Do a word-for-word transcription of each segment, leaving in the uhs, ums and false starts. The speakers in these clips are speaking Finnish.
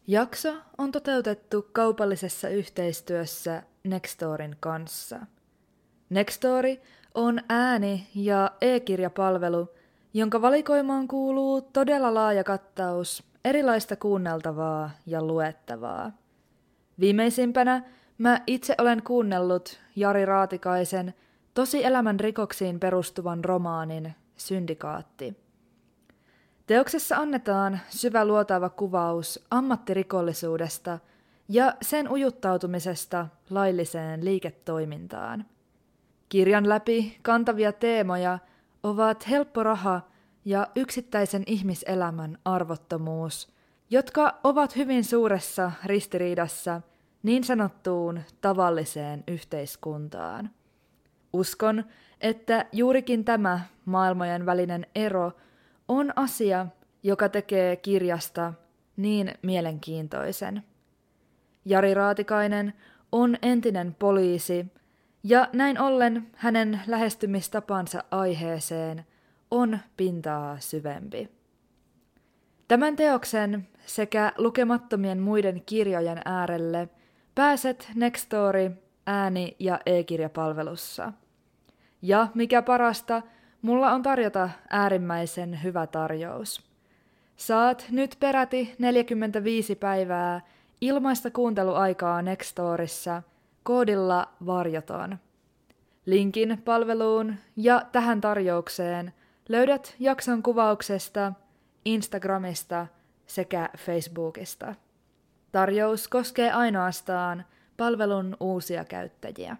Jakso on toteutettu kaupallisessa yhteistyössä Nextorin kanssa. Nextori on ääni- ja e-kirjapalvelu, jonka valikoimaan kuuluu todella laaja kattaus erilaista kuunneltavaa ja luettavaa. Viimeisimpänä mä itse olen kuunnellut Jari Raatikaisen tosielämän rikoksiin perustuvan romaanin Syndikaatti. Teoksessa annetaan syvä luotaava kuvaus ammattirikollisuudesta ja sen ujuttautumisesta lailliseen liiketoimintaan. Kirjan läpi kantavia teemoja ovat helppo raha ja yksittäisen ihmiselämän arvottomuus, jotka ovat hyvin suuressa ristiriidassa niin sanottuun tavalliseen yhteiskuntaan. Uskon, että juurikin tämä maailmojen välinen ero on asia, joka tekee kirjasta niin mielenkiintoisen. Jari Raatikainen on entinen poliisi, ja näin ollen hänen lähestymistapansa aiheeseen on pintaa syvempi. Tämän teoksen sekä lukemattomien muiden kirjojen äärelle pääset Nextori ääni- ja e-kirjapalvelussa. Ja mikä parasta, mulla on tarjota äärimmäisen hyvä tarjous. Saat nyt peräti neljäkymmentäviisi päivää ilmaista kuunteluaikaa Nextorissa koodilla varjoton. Linkin palveluun ja tähän tarjoukseen löydät jakson kuvauksesta, Instagramista sekä Facebookista. Tarjous koskee ainoastaan palvelun uusia käyttäjiä.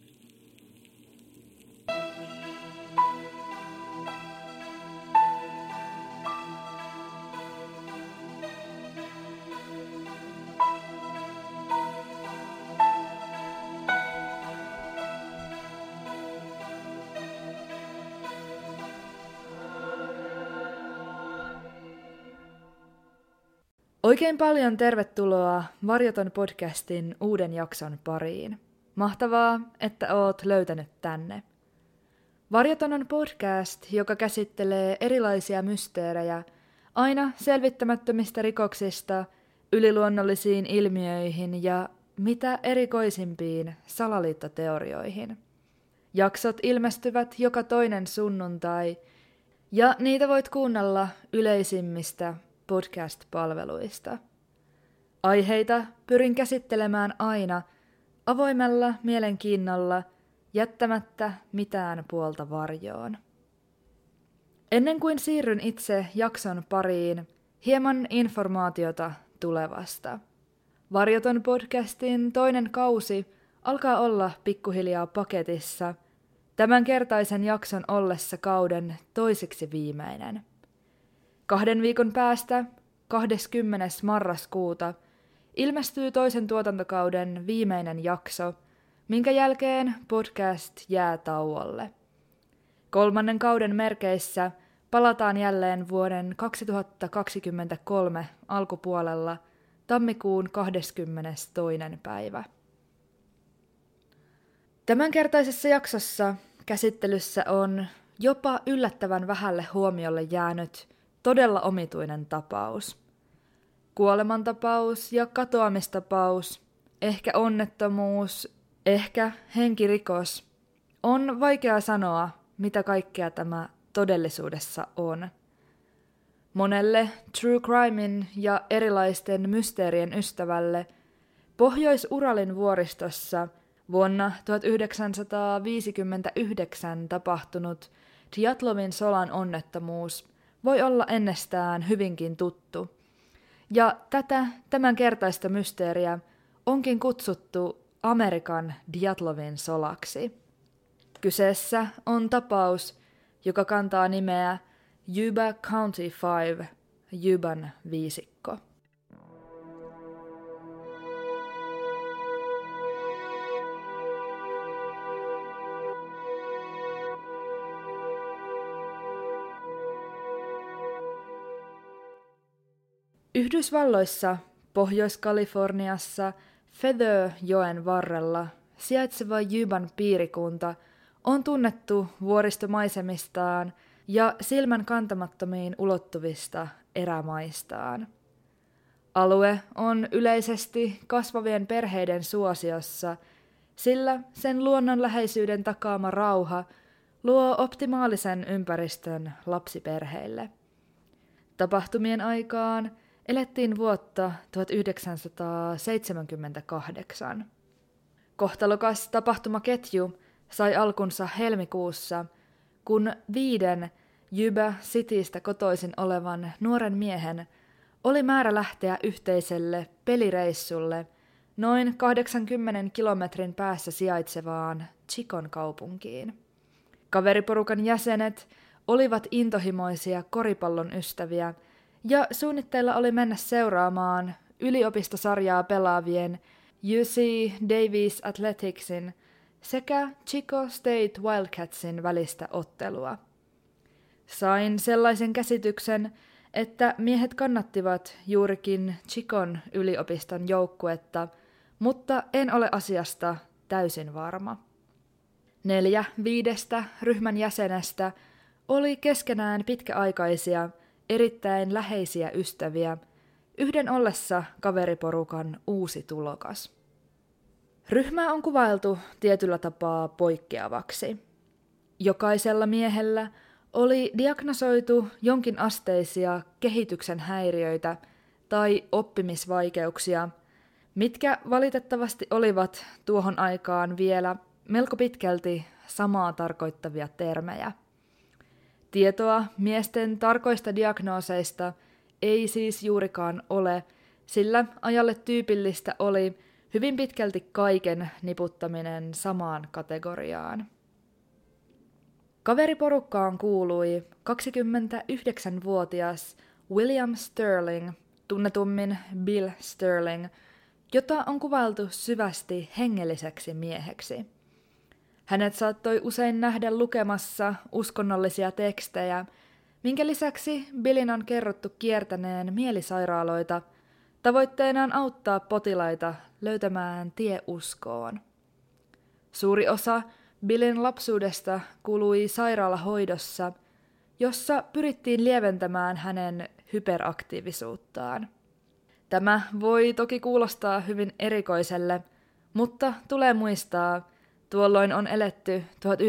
Oikein paljon tervetuloa Varjoton podcastin uuden jakson pariin. Mahtavaa, että oot löytänyt tänne. Varjoton on podcast, joka käsittelee erilaisia mysteerejä, aina selvittämättömistä rikoksista, yliluonnollisiin ilmiöihin ja mitä erikoisimpiin salaliittoteorioihin. Jaksot ilmestyvät joka toinen sunnuntai, ja niitä voit kuunnella yleisimmistä podcast-palveluista. Aiheita pyrin käsittelemään aina avoimella mielenkiinnolla, jättämättä mitään puolta varjoon. Ennen kuin siirryn itse jakson pariin, hieman informaatiota tulevasta. Varjoton podcastin toinen kausi alkaa olla pikkuhiljaa paketissa, tämänkertaisen jakson ollessa kauden toiseksi viimeinen. Kahden viikon päästä, kahdeskymmenes marraskuuta, ilmestyy toisen tuotantokauden viimeinen jakso, minkä jälkeen podcast jää tauolle. Kolmannen kauden merkeissä palataan jälleen vuoden kaksituhattakaksikymmentäkolme alkupuolella tammikuun kahdeskymmenestoinen päivä. Tämänkertaisessa jaksossa käsittelyssä on jopa yllättävän vähälle huomiolle jäänyt todella omituinen tapaus. Kuolemantapaus ja katoamistapaus, ehkä onnettomuus, ehkä henkirikos. On vaikea sanoa, mitä kaikkea tämä todellisuudessa on. Monelle true crimein ja erilaisten mysteerien ystävälle Pohjois-Uralin vuoristossa vuonna tuhatyhdeksänsataaviisikymmentäyhdeksän tapahtunut Djatlovin solan onnettomuus voi olla ennestään hyvinkin tuttu. Ja tätä tämänkertaista mysteeriä onkin kutsuttu Amerikan Djatlovin solaksi. Kyseessä on tapaus, joka kantaa nimeä Yuba County Five, Yuban viisikko. Yhdysvalloissa, Pohjois-Kaliforniassa, Feather-joen varrella sijaitseva Yuban piirikunta on tunnettu vuoristomaisemistaan ja silmän kantamattomiin ulottuvista erämaistaan. Alue on yleisesti kasvavien perheiden suosiossa, sillä sen luonnonläheisyyden takaama rauha luo optimaalisen ympäristön lapsiperheille. Tapahtumien aikaan elettiin vuotta tuhatyhdeksänsataaseitsemänkymmentäkahdeksan. Kohtalokas tapahtumaketju sai alkunsa helmikuussa, kun viiden Yuba Citystä kotoisin olevan nuoren miehen oli määrä lähteä yhteiselle pelireissulle noin kahdeksankymmenen kilometrin päässä sijaitsevaan Chicon kaupunkiin. Kaveriporukan jäsenet olivat intohimoisia koripallon ystäviä ja suunnitteilla oli mennä seuraamaan yliopistosarjaa pelaavien U C Davies Athleticsin sekä Chico State Wildcatsin välistä ottelua. Sain sellaisen käsityksen, että miehet kannattivat juurikin Chicon yliopiston joukkuetta, mutta en ole asiasta täysin varma. Neljä viidestä ryhmän jäsenestä oli keskenään pitkäaikaisia, erittäin läheisiä ystäviä, yhden ollessa kaveriporukan uusi tulokas. Ryhmää on kuvailtu tietyllä tapaa poikkeavaksi. Jokaisella miehellä oli diagnosoitu jonkinasteisia kehityksen häiriöitä tai oppimisvaikeuksia, mitkä valitettavasti olivat tuohon aikaan vielä melko pitkälti samaa tarkoittavia termejä. Tietoa miesten tarkoista diagnooseista ei siis juurikaan ole, sillä ajalle tyypillistä oli hyvin pitkälti kaiken niputtaminen samaan kategoriaan. Kaveriporukkaan kuului kaksikymmentäyhdeksänvuotias William Sterling, tunnetummin Bill Sterling, jota on kuvailtu syvästi hengelliseksi mieheksi. Hänet saattoi usein nähdä lukemassa uskonnollisia tekstejä, minkä lisäksi Billin on kerrottu kiertäneen mielisairaaloita, tavoitteenaan auttaa potilaita löytämään tie uskoon. Suuri osa Billin lapsuudesta kului sairaalahoidossa, jossa pyrittiin lieventämään hänen hyperaktiivisuuttaan. Tämä voi toki kuulostaa hyvin erikoiselle, mutta tulee muistaa, tuolloin on eletty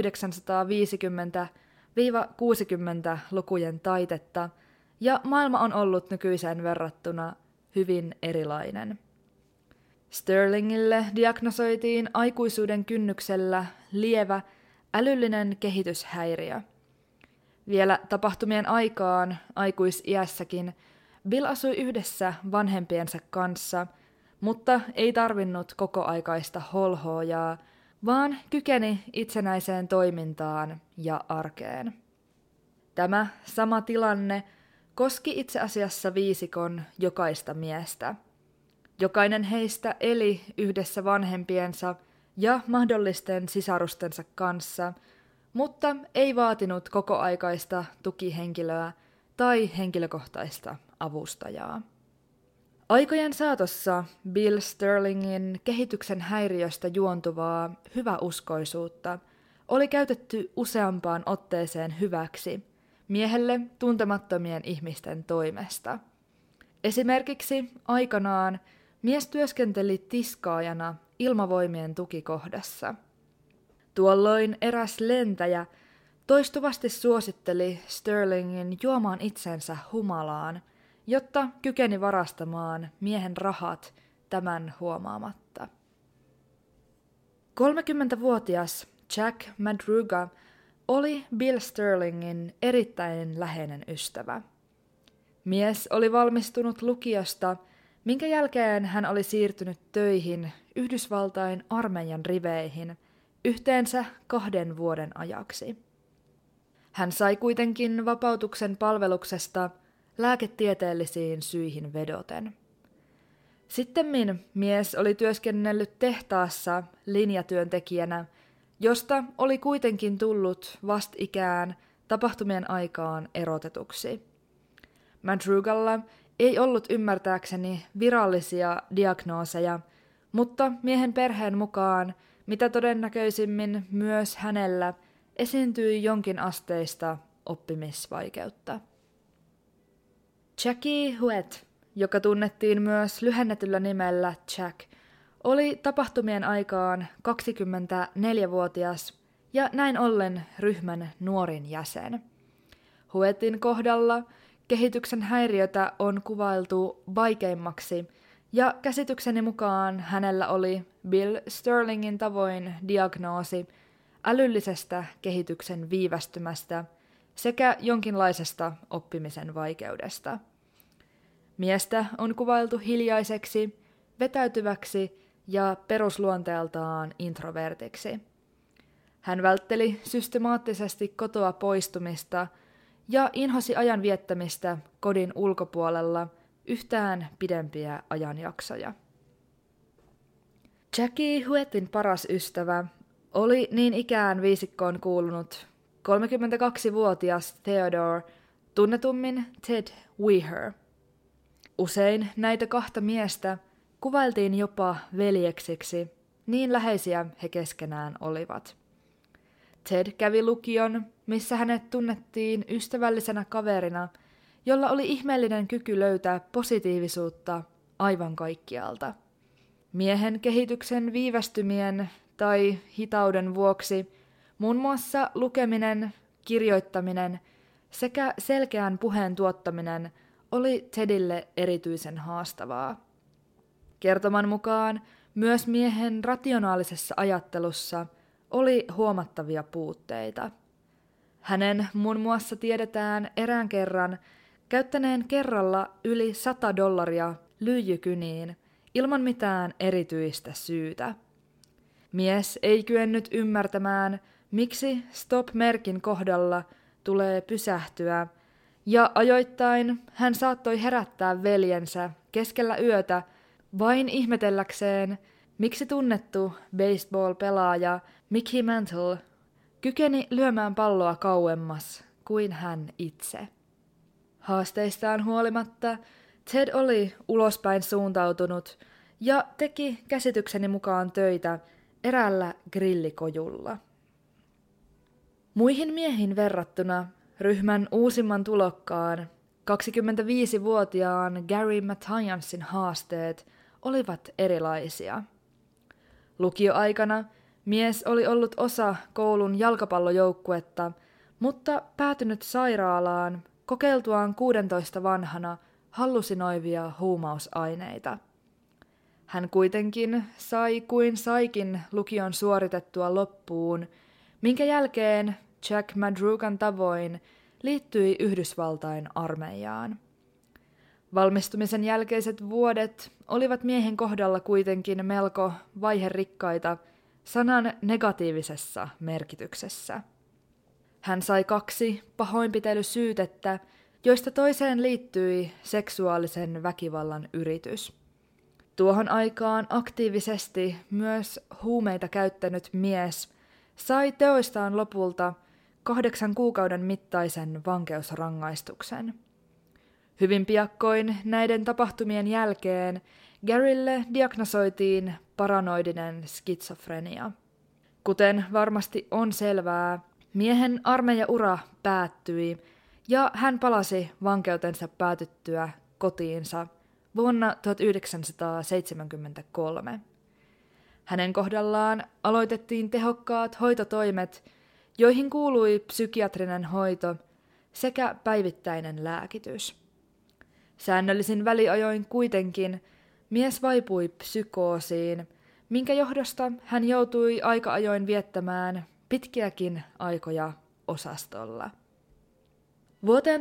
tuhatyhdeksänsataaviisikymmentä–kuusikymmentälukujen taitetta, ja maailma on ollut nykyiseen verrattuna hyvin erilainen. Sterlingille diagnosoitiin aikuisuuden kynnyksellä lievä älyllinen kehityshäiriö. Vielä tapahtumien aikaan, aikuisiässäkin, Bill asui yhdessä vanhempiensa kanssa, mutta ei tarvinnut kokoaikaista holhoojaa, vaan kykeni itsenäiseen toimintaan ja arkeen. Tämä sama tilanne koski itse asiassa viisikon jokaista miestä. Jokainen heistä eli yhdessä vanhempiensa ja mahdollisten sisarustensa kanssa, mutta ei vaatinut kokoaikaista tukihenkilöä tai henkilökohtaista avustajaa. Aikojen saatossa Bill Sterlingin kehityksen häiriöstä juontuvaa hyväuskoisuutta oli käytetty useampaan otteeseen hyväksi miehelle tuntemattomien ihmisten toimesta. Esimerkiksi aikanaan mies työskenteli tiskaajana ilmavoimien tukikohdassa. Tuolloin eräs lentäjä toistuvasti suositteli Sterlingin juomaan itsensä humalaan, jotta kykeni varastamaan miehen rahat tämän huomaamatta. kolmekymmentävuotias Jack Madruga oli Bill Sterlingin erittäin läheinen ystävä. Mies oli valmistunut lukiosta, minkä jälkeen hän oli siirtynyt töihin Yhdysvaltain armeijan riveihin yhteensä kahden vuoden ajaksi. Hän sai kuitenkin vapautuksen palveluksesta lääketieteellisiin syihin vedoten. Sittemmin mies oli työskennellyt tehtaassa linjatyöntekijänä, josta oli kuitenkin tullut vastikään tapahtumien aikaan erotetuksi. Madrugalla ei ollut ymmärtääkseni virallisia diagnooseja, mutta miehen perheen mukaan mitä todennäköisimmin myös hänellä esiintyi jonkin asteista oppimisvaikeutta. Jackie Huet, joka tunnettiin myös lyhennetyllä nimellä Jack, oli tapahtumien aikaan kaksikymmentäneljävuotias ja näin ollen ryhmän nuorin jäsen. Huetin kohdalla kehityksen häiriötä on kuvailtu vaikeimmaksi, ja käsitykseni mukaan hänellä oli Bill Sterlingin tavoin diagnoosi älyllisestä kehityksen viivästymästä sekä jonkinlaisesta oppimisen vaikeudesta. Miestä on kuvailtu hiljaiseksi, vetäytyväksi ja perusluonteeltaan introvertiksi. Hän vältteli systemaattisesti kotoa poistumista ja inhosi ajan viettämistä kodin ulkopuolella yhtään pidempiä ajanjaksoja. Jackie Huetin paras ystävä oli niin ikään viisikkoon kuulunut kolmekymmentäkaksivuotias Theodore, tunnetummin Ted Weher. Usein näitä kahta miestä kuvailtiin jopa veljeksiksi, niin läheisiä he keskenään olivat. Ted kävi lukion, missä hänet tunnettiin ystävällisenä kaverina, jolla oli ihmeellinen kyky löytää positiivisuutta aivan kaikkialta. Miehen kehityksen viivästymien tai hitauden vuoksi muun muassa lukeminen, kirjoittaminen sekä selkeän puheen tuottaminen oli Tedille erityisen haastavaa. Kertoman mukaan myös miehen rationaalisessa ajattelussa oli huomattavia puutteita. Hänen muun muassa tiedetään erään kerran käyttäneen kerralla yli sata dollaria lyijykyniin ilman mitään erityistä syytä. Mies ei kyennyt ymmärtämään, miksi stop-merkin kohdalla tulee pysähtyä, ja ajoittain hän saattoi herättää veljensä keskellä yötä vain ihmetelläkseen, miksi tunnettu baseball-pelaaja Mickey Mantle kykeni lyömään palloa kauemmas kuin hän itse. Haasteistaan huolimatta Ted oli ulospäin suuntautunut ja teki käsitykseni mukaan töitä eräällä grillikojulla. Muihin miehiin verrattuna ryhmän uusimman tulokkaan, kaksikymmentäviisivuotiaan Gary Mathiasin haasteet olivat erilaisia. Lukioaikana mies oli ollut osa koulun jalkapallojoukkuetta, mutta päätynyt sairaalaan kokeiltuaan kuudentoista vanhana hallusinoivia huumausaineita. Hän kuitenkin sai kuin saikin lukion suoritettua loppuun, minkä jälkeen Jack Madrugan tavoin liittyi Yhdysvaltain armeijaan. Valmistumisen jälkeiset vuodet olivat miehen kohdalla kuitenkin melko vaiherikkaita sanan negatiivisessa merkityksessä. Hän sai kaksi pahoinpitelysyytettä, joista toiseen liittyi seksuaalisen väkivallan yritys. Tuohon aikaan aktiivisesti myös huumeita käyttänyt mies sai teoistaan lopulta kahdeksan kuukauden mittaisen vankeusrangaistuksen. Hyvin piakkoin näiden tapahtumien jälkeen Garylle diagnosoitiin paranoidinen skitsofrenia. Kuten varmasti on selvää, miehen armeijaura päättyi ja hän palasi vankeutensa päätyttyä kotiinsa vuonna tuhatyhdeksänsataaseitsemänkymmentäkolme. Hänen kohdallaan aloitettiin tehokkaat hoitotoimet, joihin kuului psykiatrinen hoito sekä päivittäinen lääkitys. Säännöllisin väliajoin kuitenkin mies vaipui psykoosiin, minkä johdosta hän joutui aika ajoin viettämään pitkiäkin aikoja osastolla. Vuoteen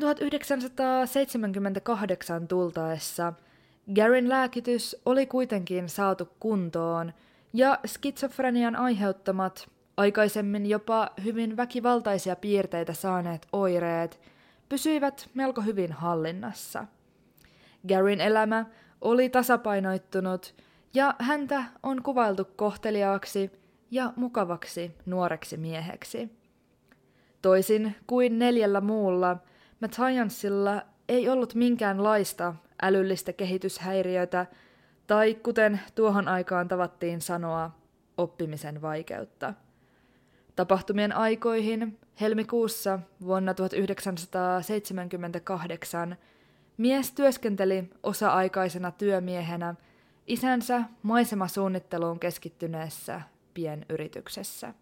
tuhatyhdeksänsataaseitsemänkymmentäkahdeksan tultaessa Garyn lääkitys oli kuitenkin saatu kuntoon ja skitsofrenian aiheuttamat, aikaisemmin jopa hyvin väkivaltaisia piirteitä saaneet oireet pysyivät melko hyvin hallinnassa. Garyn elämä oli tasapainoittunut ja häntä on kuvailtu kohteliaaksi ja mukavaksi nuoreksi mieheksi. Toisin kuin neljällä muulla, Mathiasilla ei ollut minkäänlaista älyllistä kehityshäiriötä tai kuten tuohon aikaan tavattiin sanoa, oppimisen vaikeutta. Tapahtumien aikoihin helmikuussa vuonna tuhatyhdeksänsataaseitsemänkymmentäkahdeksan mies työskenteli osa-aikaisena työmiehenä isänsä maisemasuunnitteluun keskittyneessä pienyrityksessä.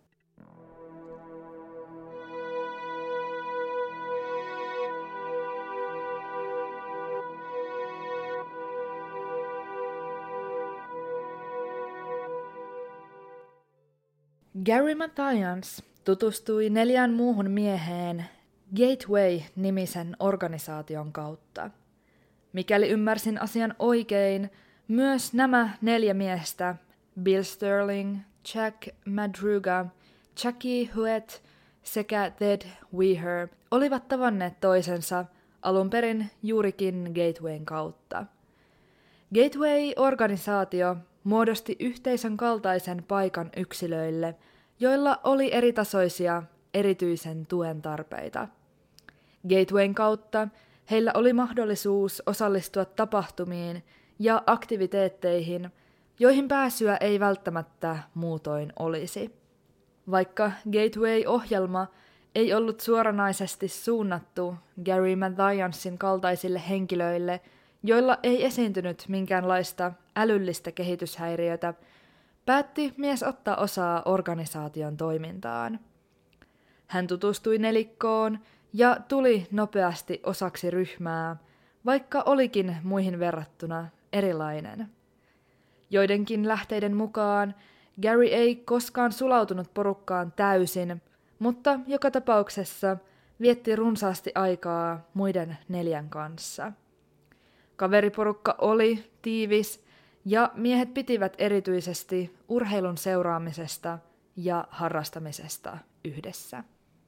Gary Mathians tutustui neljään muuhun mieheen Gateway-nimisen organisaation kautta. Mikäli ymmärsin asian oikein, myös nämä neljä miestä, Bill Sterling, Jack Madruga, Jackie Huet sekä Ted Weher, olivat tavanneet toisensa alun perin juurikin Gatewayn kautta. Gateway-organisaatio muodosti yhteisön kaltaisen paikan yksilöille, joilla oli eritasoisia erityisen tuen tarpeita. Gatewayn kautta heillä oli mahdollisuus osallistua tapahtumiin ja aktiviteetteihin, joihin pääsyä ei välttämättä muutoin olisi. Vaikka Gateway-ohjelma ei ollut suoranaisesti suunnattu Gary Mathiansin kaltaisille henkilöille, joilla ei esiintynyt minkäänlaista älyllistä kehityshäiriötä, päätti mies ottaa osaa organisaation toimintaan. Hän tutustui nelikkoon ja tuli nopeasti osaksi ryhmää, vaikka olikin muihin verrattuna erilainen. Joidenkin lähteiden mukaan Gary ei koskaan sulautunut porukkaan täysin, mutta joka tapauksessa vietti runsaasti aikaa muiden neljän kanssa. Kaveriporukka oli tiivis ja miehet pitivät erityisesti urheilun seuraamisesta ja harrastamisesta yhdessä.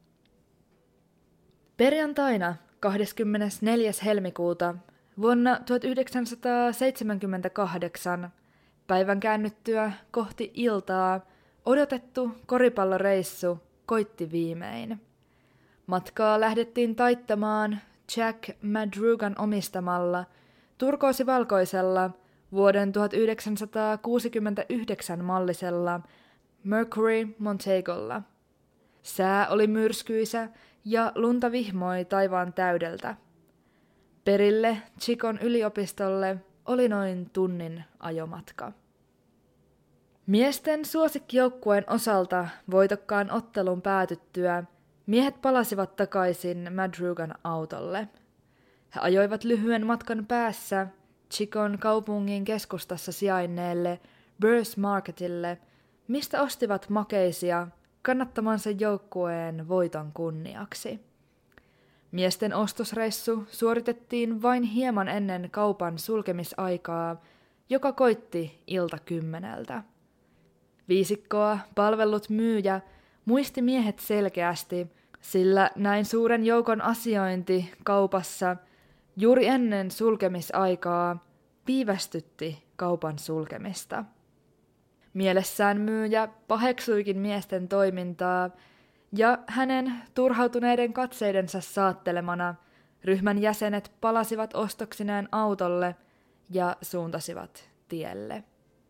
Perjantaina kahdeskymmenesneljäs helmikuuta vuonna tuhatyhdeksänsataaseitsemänkymmentäkahdeksan päivän käännyttyä kohti iltaa odotettu koripalloreissu koitti viimein. Matkaa lähdettiin taittamaan Jack Madrugan omistamalla turkoosi-valkoisella vuoden tuhatyhdeksänsataakuusikymmentäyhdeksän mallisella Mercury Montegolla. Sää oli myrskyisä ja lunta vihmoi taivaan täydeltä. Perille Chicon yliopistolle oli noin tunnin ajomatka. Miesten suosikkijoukkueen osalta voitokkaan ottelun päätyttyä miehet palasivat takaisin Madrugan autolle. He ajoivat lyhyen matkan päässä Chicon kaupungin keskustassa sijainneelle Burrs Marketille, mistä ostivat makeisia kannattamansa joukkueen voiton kunniaksi. Miesten ostosreissu suoritettiin vain hieman ennen kaupan sulkemisaikaa, joka koitti ilta kymmeneltä. Viisikkoa palvellut myyjä muisti miehet selkeästi, sillä näin suuren joukon asiointi kaupassa juuri ennen sulkemisaikaa viivästytti kaupan sulkemista. Mielessään myyjä paheksuikin miesten toimintaa, ja hänen turhautuneiden katseidensa saattelemana ryhmän jäsenet palasivat ostoksineen autolle ja suuntasivat tielle.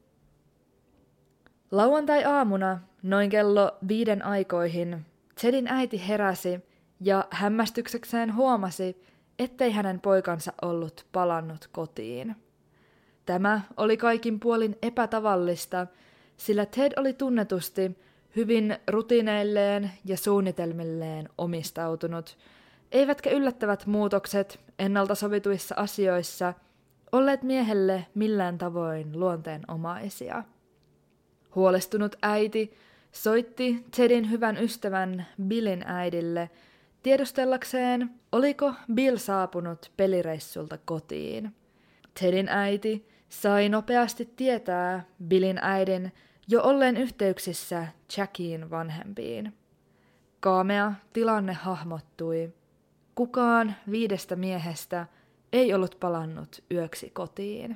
Lauantai-aamuna noin kello viiden aikoihin Tedin äiti heräsi ja hämmästyksekseen huomasi, ettei hänen poikansa ollut palannut kotiin. Tämä oli kaikin puolin epätavallista, sillä Ted oli tunnetusti hyvin rutiineilleen ja suunnitelmilleen omistautunut, eivätkä yllättävät muutokset ennalta sovituissa asioissa olleet miehelle millään tavoin luonteenomaisia. Huolestunut äiti soitti Tedin hyvän ystävän Billin äidille tiedustellakseen, oliko Bill saapunut pelireissulta kotiin. Tedin äiti sai nopeasti tietää Billin äidin jo olleen yhteyksissä Jackiin vanhempiin. Kaamea tilanne hahmottui. Kukaan viidestä miehestä ei ollut palannut yöksi kotiin.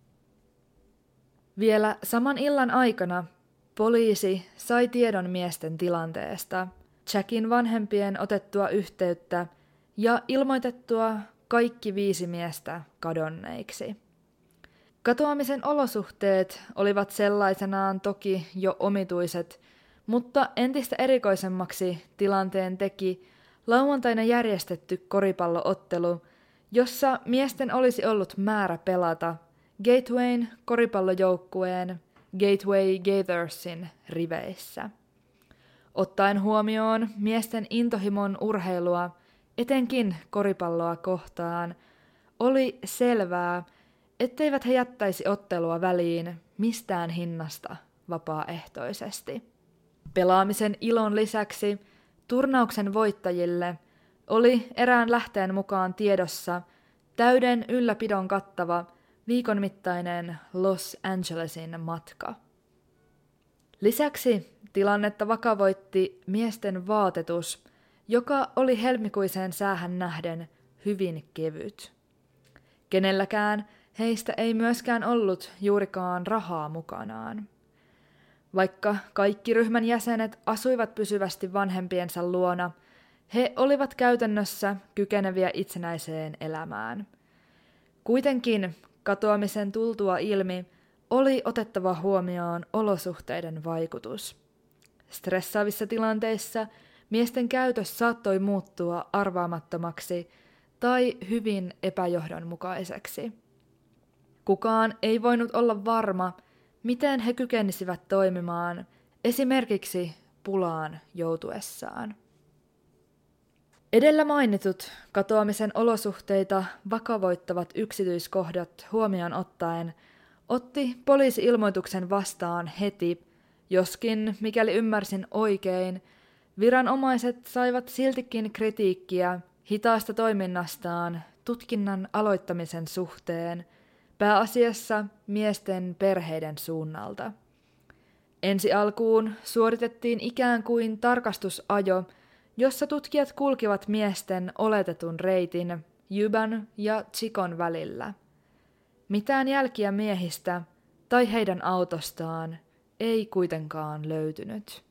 Vielä saman illan aikana poliisi sai tiedon miesten tilanteesta, Jackin vanhempien otettua yhteyttä ja ilmoitettua kaikki viisi miestä kadonneiksi. Katoamisen olosuhteet olivat sellaisenaan toki jo omituiset, mutta entistä erikoisemmaksi tilanteen teki lauantaina järjestetty koripalloottelu, jossa miesten olisi ollut määrä pelata Gatewayn koripallojoukkueen Gateway Gathersin riveissä. Ottaen huomioon miesten intohimon urheilua, etenkin koripalloa kohtaan, oli selvää, etteivät he jättäisi ottelua väliin mistään hinnasta vapaaehtoisesti. Pelaamisen ilon lisäksi turnauksen voittajille oli erään lähteen mukaan tiedossa täyden ylläpidon kattava viikon mittainen Los Angelesin matka. Lisäksi tilannetta vakavoitti miesten vaatetus, joka oli helmikuiseen säähän nähden hyvin kevyt. Kenelläkään heistä ei myöskään ollut juurikaan rahaa mukanaan. Vaikka kaikki ryhmän jäsenet asuivat pysyvästi vanhempiensa luona, he olivat käytännössä kykeneviä itsenäiseen elämään. Kuitenkin katoamisen tultua ilmi oli otettava huomioon olosuhteiden vaikutus. Stressaavissa tilanteissa miesten käytös saattoi muuttua arvaamattomaksi tai hyvin epäjohdonmukaiseksi. Kukaan ei voinut olla varma, miten he kykenisivät toimimaan esimerkiksi pulaan joutuessaan. Edellä mainitut katoamisen olosuhteita vakavoittavat yksityiskohdat huomioon ottaen otti poliisi ilmoituksen vastaan heti, joskin, mikäli ymmärsin oikein, viranomaiset saivat siltikin kritiikkiä hitaasta toiminnastaan tutkinnan aloittamisen suhteen, pääasiassa miesten perheiden suunnalta. Ensi alkuun suoritettiin ikään kuin tarkastusajo, jossa tutkijat kulkivat miesten oletetun reitin Yuban ja Chicon välillä. Mitään jälkiä miehistä tai heidän autostaan ei kuitenkaan löytynyt.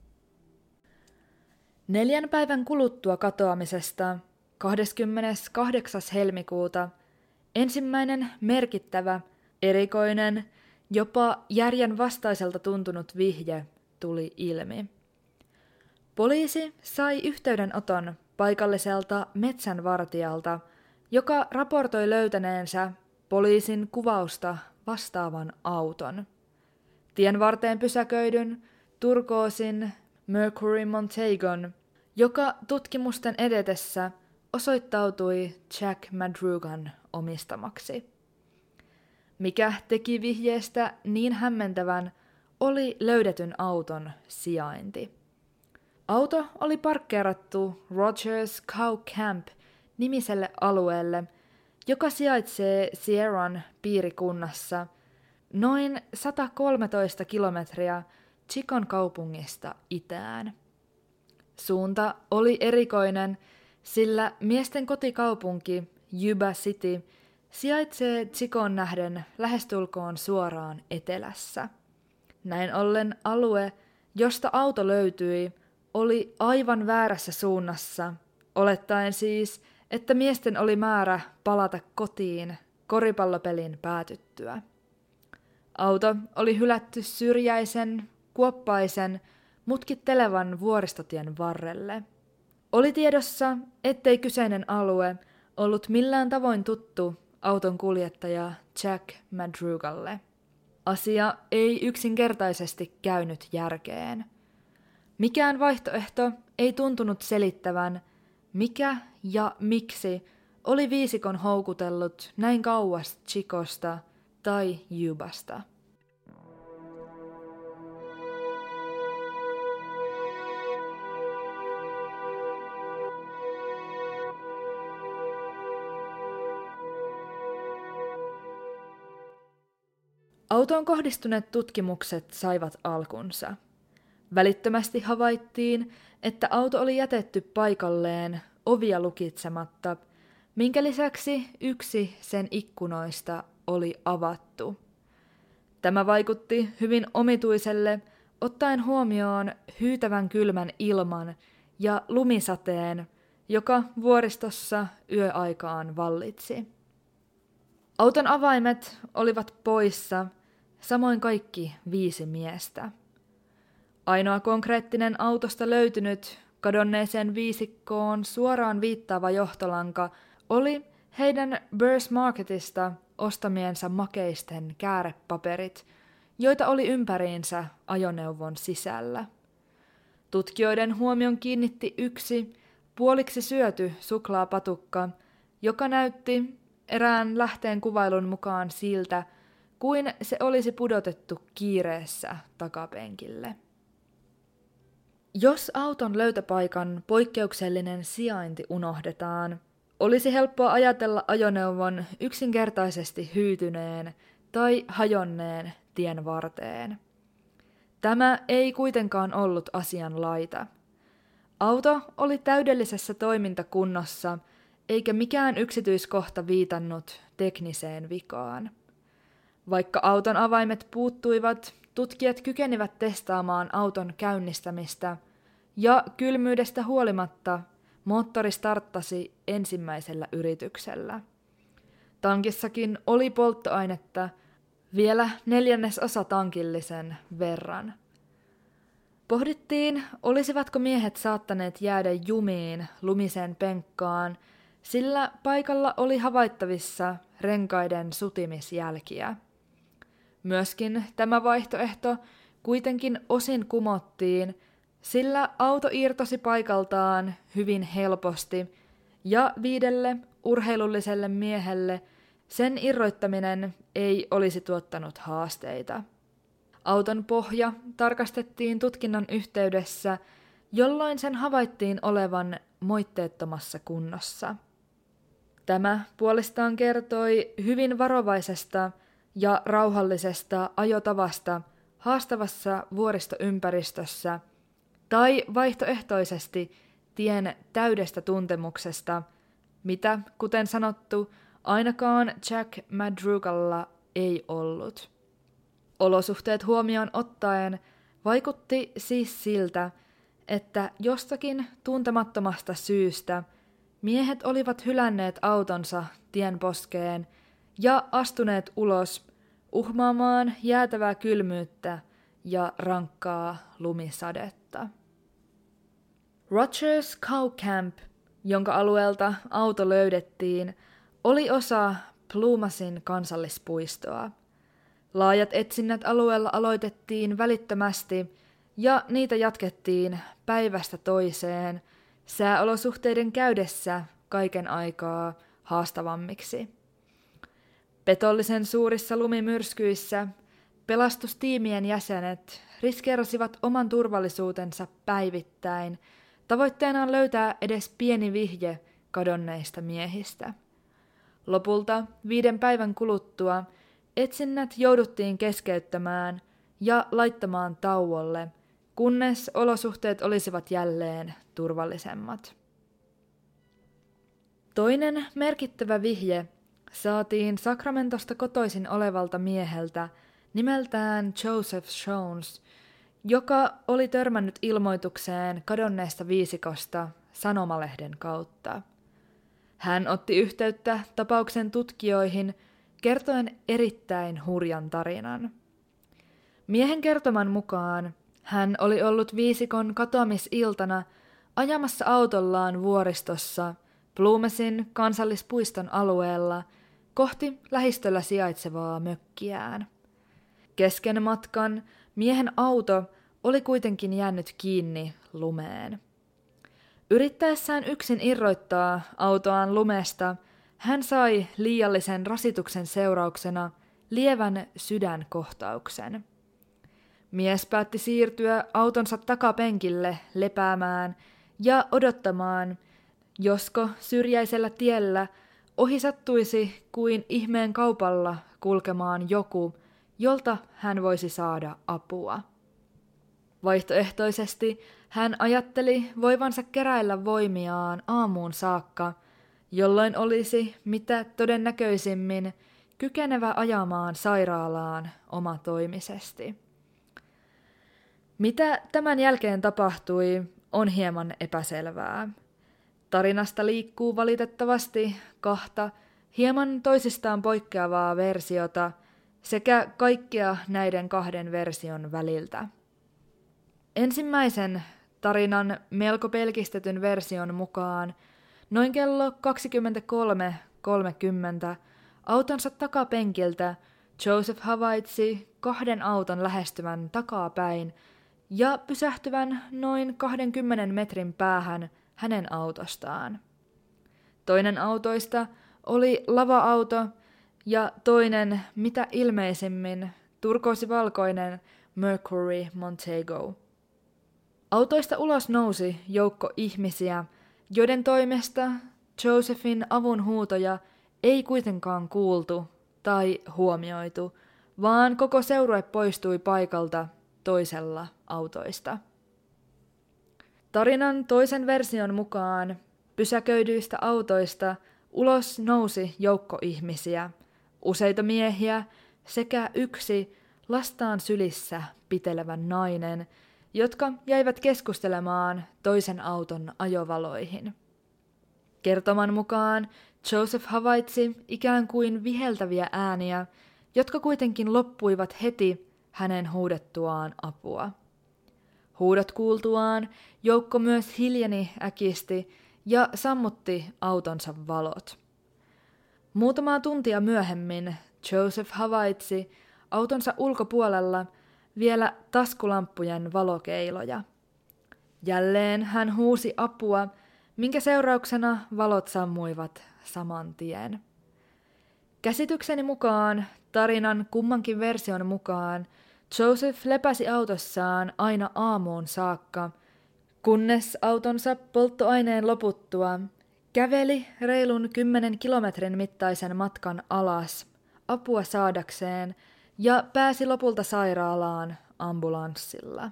Neljän päivän kuluttua katoamisesta, kahdeskymmeneskahdeksas helmikuuta, ensimmäinen merkittävä, erikoinen, jopa järjen vastaiselta tuntunut vihje tuli ilmi. Poliisi sai yhteydenoton paikalliselta metsänvartijalta, joka raportoi löytäneensä poliisin kuvausta vastaavan auton. Tien varteen pysäköidyn turkoosin Mercury Montagon, joka tutkimusten edetessä osoittautui Jack Madrugan omistamaksi. Mikä teki vihjeestä niin hämmentävän, oli löydetyn auton sijainti. Auto oli parkkeerattu Rogers Cow Camp nimiselle alueelle, joka sijaitsee Sierran piirikunnassa noin sata kolmetoista kilometriä Chicon kaupungista itään. Suunta oli erikoinen, sillä miesten kotikaupunki Yuba City sijaitsee Chicon nähden lähestulkoon suoraan etelässä. Näin ollen alue, josta auto löytyi, oli aivan väärässä suunnassa, olettaen siis, että miesten oli määrä palata kotiin koripallopelin päätyttyä. Auto oli hylätty syrjäisen, kuoppaisen, mutkittelevan vuoristotien varrelle. Oli tiedossa, ettei kyseinen alue ollut millään tavoin tuttu auton kuljettaja Jack Madrugalle. Asia ei yksinkertaisesti käynyt järkeen. Mikään vaihtoehto ei tuntunut selittävän, mikä ja miksi oli viisikon houkutellut näin kauas Chicosta tai Yubasta. Autoon kohdistuneet tutkimukset saivat alkunsa. Välittömästi havaittiin, että auto oli jätetty paikalleen ovia lukitsematta, minkä lisäksi yksi sen ikkunoista oli avattu. Tämä vaikutti hyvin omituiselle, ottaen huomioon hyytävän kylmän ilman ja lumisateen, joka vuoristossa yöaikaan vallitsi. Auton avaimet olivat poissa, samoin kaikki viisi miestä. Ainoa konkreettinen autosta löytynyt kadonneeseen viisikkoon suoraan viittaava johtolanka oli heidän Burrs Marketista ostamiensa makeisten käärepaperit, joita oli ympäriinsä ajoneuvon sisällä. Tutkijoiden huomion kiinnitti yksi puoliksi syöty suklaapatukka, joka näytti erään lähteen kuvailun mukaan siltä, kuin se olisi pudotettu kiireessä takapenkille. Jos auton löytöpaikan poikkeuksellinen sijainti unohdetaan, olisi helppoa ajatella ajoneuvon yksinkertaisesti hyytyneen tai hajonneen tien varteen. Tämä ei kuitenkaan ollut asian laita. Auto oli täydellisessä toimintakunnossa, eikä mikään yksityiskohta viitannut tekniseen vikaan. Vaikka auton avaimet puuttuivat, tutkijat kykenivät testaamaan auton käynnistämistä, ja kylmyydestä huolimatta moottori starttasi ensimmäisellä yrityksellä. Tankissakin oli polttoainetta vielä neljännesosa tankillisen verran. Pohdittiin, olisivatko miehet saattaneet jäädä jumiin lumiseen penkkaan, sillä paikalla oli havaittavissa renkaiden sutimisjälkiä. Myöskin tämä vaihtoehto kuitenkin osin kumottiin, sillä auto irtosi paikaltaan hyvin helposti, ja viidelle urheilulliselle miehelle sen irroittaminen ei olisi tuottanut haasteita. Auton pohja tarkastettiin tutkinnan yhteydessä, jolloin sen havaittiin olevan moitteettomassa kunnossa. Tämä puolestaan kertoi hyvin varovaisesta ja rauhallisesta ajotavasta haastavassa vuoristoympäristössä tai vaihtoehtoisesti tien täydestä tuntemuksesta, mitä, kuten sanottu, ainakaan Jack Madrugalla ei ollut. Olosuhteet huomioon ottaen vaikutti siis siltä, että jostakin tuntemattomasta syystä miehet olivat hylänneet autonsa tienposkeen ja astuneet ulos uhmaamaan jäätävää kylmyyttä ja rankkaa lumisadetta. Rogers Cow Camp, jonka alueelta auto löydettiin, oli osa Plumasin kansallispuistoa. Laajat etsinnät alueella aloitettiin välittömästi ja niitä jatkettiin päivästä toiseen sääolosuhteiden käydessä kaiken aikaa haastavammiksi. Petollisen suurissa lumimyrskyissä pelastustiimien jäsenet riskeerasivat oman turvallisuutensa päivittäin tavoitteenaan löytää edes pieni vihje kadonneista miehistä. Lopulta viiden päivän kuluttua etsinnät jouduttiin keskeyttämään ja laittamaan tauolle, kunnes olosuhteet olisivat jälleen turvallisemmat. Toinen merkittävä vihje saatiin Sacramentosta kotoisin olevalta mieheltä nimeltään Joseph Jones, joka oli törmännyt ilmoitukseen kadonneesta viisikosta sanomalehden kautta. Hän otti yhteyttä tapauksen tutkijoihin kertoen erittäin hurjan tarinan. Miehen kertoman mukaan hän oli ollut viisikon katoamisiltana ajamassa autollaan vuoristossa Plumasin kansallispuiston alueella kohti lähistöllä sijaitsevaa mökkiään. Kesken matkan miehen auto oli kuitenkin jäänyt kiinni lumeen. Yrittäessään yksin irroittaa autoaan lumesta, hän sai liiallisen rasituksen seurauksena lievän sydänkohtauksen. Mies päätti siirtyä autonsa takapenkille lepäämään ja odottamaan, josko syrjäisellä tiellä ohi sattuisi kuin ihmeen kaupalla kulkemaan joku, jolta hän voisi saada apua. Vaihtoehtoisesti hän ajatteli voivansa keräillä voimiaan aamuun saakka, jolloin olisi mitä todennäköisimmin kykenevä ajamaan sairaalaan omatoimisesti. Mitä tämän jälkeen tapahtui, on hieman epäselvää. Tarinasta liikkuu valitettavasti kahta hieman toisistaan poikkeavaa versiota sekä kaikkea näiden kahden version väliltä. Ensimmäisen tarinan melko pelkistetyn version mukaan noin kello kaksikymmentäkolme kolmekymmentä autonsa takapenkiltä Joseph havaitsi kahden auton lähestyvän takapäin ja pysähtyvän noin kahdenkymmenen metrin päähän hänen autostaan. Toinen autoista oli lava-auto ja toinen, mitä ilmeisimmin, turkoosivalkoinen Mercury Montego. Autoista ulos nousi joukko ihmisiä, joiden toimesta Josephin avunhuutoja ei kuitenkaan kuultu tai huomioitu, vaan koko seurue poistui paikalta toisella autoista. Tarinan toisen version mukaan pysäköidyistä autoista ulos nousi joukko ihmisiä, useita miehiä sekä yksi lastaan sylissä pitelevä nainen, jotka jäivät keskustelemaan toisen auton ajovaloihin. Kertoman mukaan Joseph havaitsi ikään kuin viheltäviä ääniä, jotka kuitenkin loppuivat heti hänen huudettuaan apua. Huudot kuultuaan joukko myös hiljeni äkisti ja sammutti autonsa valot. Muutamaa tuntia myöhemmin Joseph havaitsi autonsa ulkopuolella vielä taskulamppujen valokeiloja. Jälleen hän huusi apua, minkä seurauksena valot sammuivat saman tien. Käsitykseni mukaan, tarinan kummankin version mukaan, Joseph lepäsi autossaan aina aamuun saakka, kunnes autonsa polttoaineen loputtua käveli reilun kymmenen kilometrin mittaisen matkan alas apua saadakseen ja pääsi lopulta sairaalaan ambulanssilla.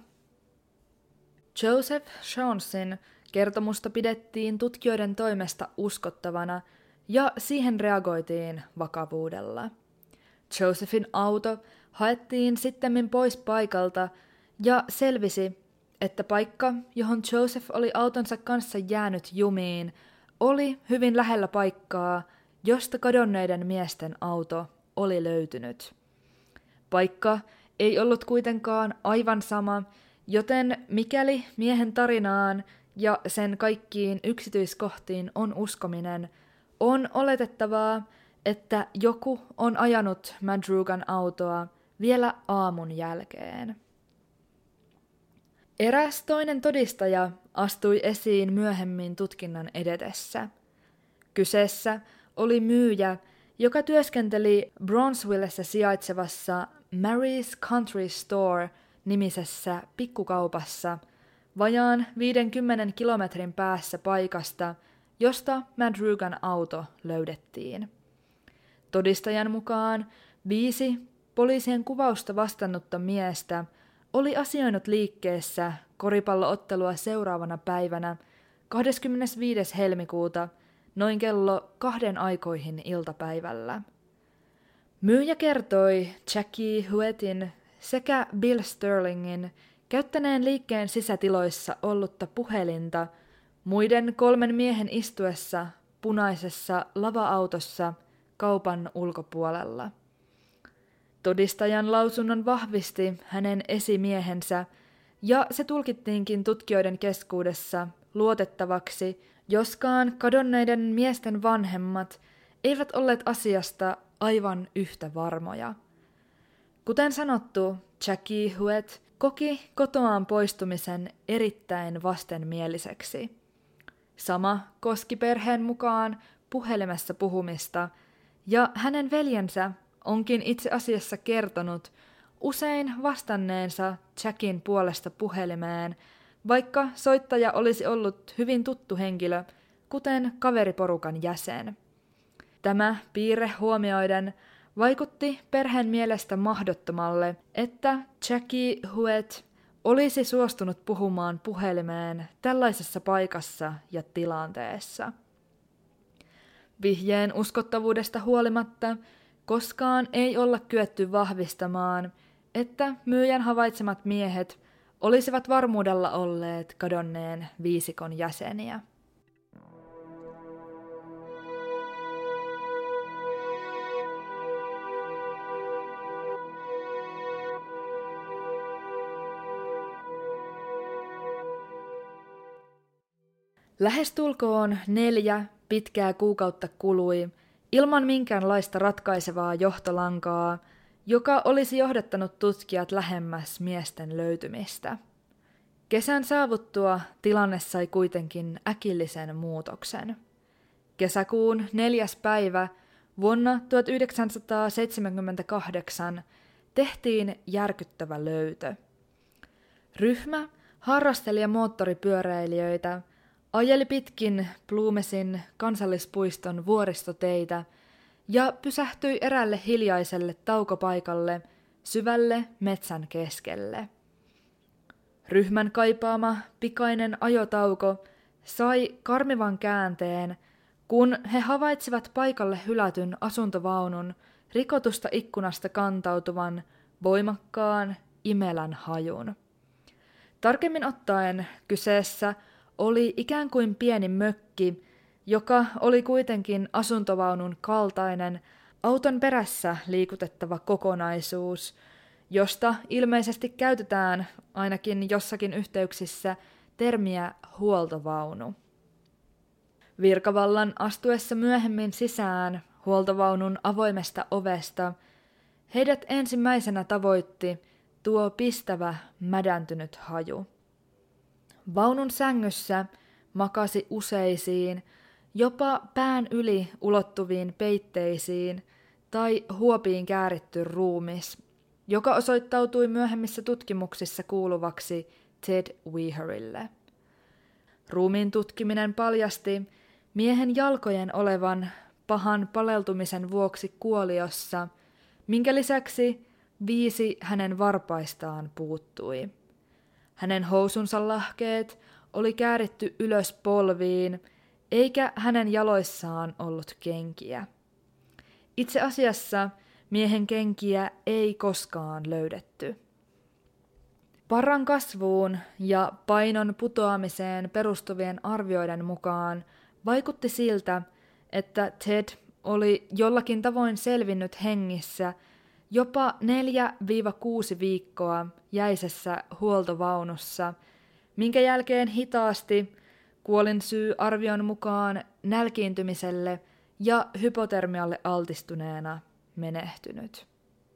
Joseph Shaunsin kertomusta pidettiin tutkijoiden toimesta uskottavana ja siihen reagoitiin vakavuudella. Josephin auto haettiin sittemmin pois paikalta ja selvisi, että paikka, johon Joseph oli autonsa kanssa jäänyt jumiin, oli hyvin lähellä paikkaa, josta kadonneiden miesten auto oli löytynyt. Paikka ei ollut kuitenkaan aivan sama, joten mikäli miehen tarinaan ja sen kaikkiin yksityiskohtiin on uskominen, on oletettavaa, että joku on ajanut Madrugan autoa vielä aamun jälkeen. Eräs toinen todistaja astui esiin myöhemmin tutkinnan edetessä. Kyseessä oli myyjä, joka työskenteli Bronzevillessä sijaitsevassa Mary's Country Store-nimisessä pikkukaupassa vajaan viidenkymmenen kilometrin päässä paikasta, josta Madrugan auto löydettiin. Todistajan mukaan viisi poliisien kuvausta vastannutta miestä oli asioinut liikkeessä koripalloottelua seuraavana päivänä kahdeskymmenesviides helmikuuta noin kello kahden aikoihin iltapäivällä. Myyjä kertoi Jackie Huettin sekä Bill Sterlingin käyttäneen liikkeen sisätiloissa ollutta puhelinta muiden kolmen miehen istuessa punaisessa lava-autossa kaupan ulkopuolella. Todistajan lausunnon vahvisti hänen esimiehensä, ja se tulkittiinkin tutkijoiden keskuudessa luotettavaksi, joskaan kadonneiden miesten vanhemmat eivät olleet asiasta aivan yhtä varmoja. Kuten sanottu, Jackie Huett koki kotoaan poistumisen erittäin vastenmieliseksi. Sama koski perheen mukaan puhelimessa puhumista, ja hänen veljensä onkin itse asiassa kertonut usein vastanneensa Jackin puolesta puhelimeen, vaikka soittaja olisi ollut hyvin tuttu henkilö, kuten kaveriporukan jäsen. Tämä piirre huomioiden vaikutti perheen mielestä mahdottomalle, että Jackie Huett olisi suostunut puhumaan puhelimeen tällaisessa paikassa ja tilanteessa. Vihjeen uskottavuudesta huolimatta koskaan ei olla kyetty vahvistamaan, että myyjän havaitsemat miehet olisivat varmuudella olleet kadonneen viisikon jäseniä. Lähestulkoon neljä pitkää kuukautta kului ilman minkäänlaista ratkaisevaa johtolankaa, joka olisi johdattanut tutkijat lähemmäs miesten löytymistä. Kesän saavuttua tilanne sai kuitenkin äkillisen muutoksen. Kesäkuun neljäs päivä vuonna tuhatyhdeksänsataaseitsemänkymmentäkahdeksan tehtiin järkyttävä löytö. Ryhmä harrastelija-moottoripyöräilijöitä ajeli pitkin Plumesin kansallispuiston vuoristoteitä ja pysähtyi eräälle hiljaiselle taukopaikalle syvälle metsän keskelle. Ryhmän kaipaama pikainen ajotauko sai karmivan käänteen, kun he havaitsivat paikalle hylätyn asuntovaunun rikotusta ikkunasta kantautuvan voimakkaan imelän hajun. Tarkemmin ottaen kyseessä oli ikään kuin pieni mökki, joka oli kuitenkin asuntovaunun kaltainen auton perässä liikutettava kokonaisuus, josta ilmeisesti käytetään ainakin jossakin yhteyksissä termiä huoltovaunu. Virkavallan astuessa myöhemmin sisään huoltovaunun avoimesta ovesta heidät ensimmäisenä tavoitti tuo pistävä, mädäntynyt haju. Vaunun sängyssä makasi useisiin, jopa pään yli ulottuviin peitteisiin tai huopiin kääritty ruumis, joka osoittautui myöhemmissä tutkimuksissa kuuluvaksi Ted Weherille. Ruumiin tutkiminen paljasti miehen jalkojen olevan pahan paleltumisen vuoksi kuoliossa, minkä lisäksi viisi hänen varpaistaan puuttui. Hänen housunsa lahkeet oli kääritty ylös polviin, eikä hänen jaloissaan ollut kenkiä. Itse asiassa miehen kenkiä ei koskaan löydetty. Parran kasvuun ja painon putoamiseen perustuvien arvioiden mukaan vaikutti siltä, että Ted oli jollakin tavoin selvinnyt hengissä jopa neljä kuusi viikkoa jäisessä huoltovaunussa, minkä jälkeen hitaasti kuolinsyy arvion mukaan nälkiintymiselle ja hypotermialle altistuneena menehtynyt.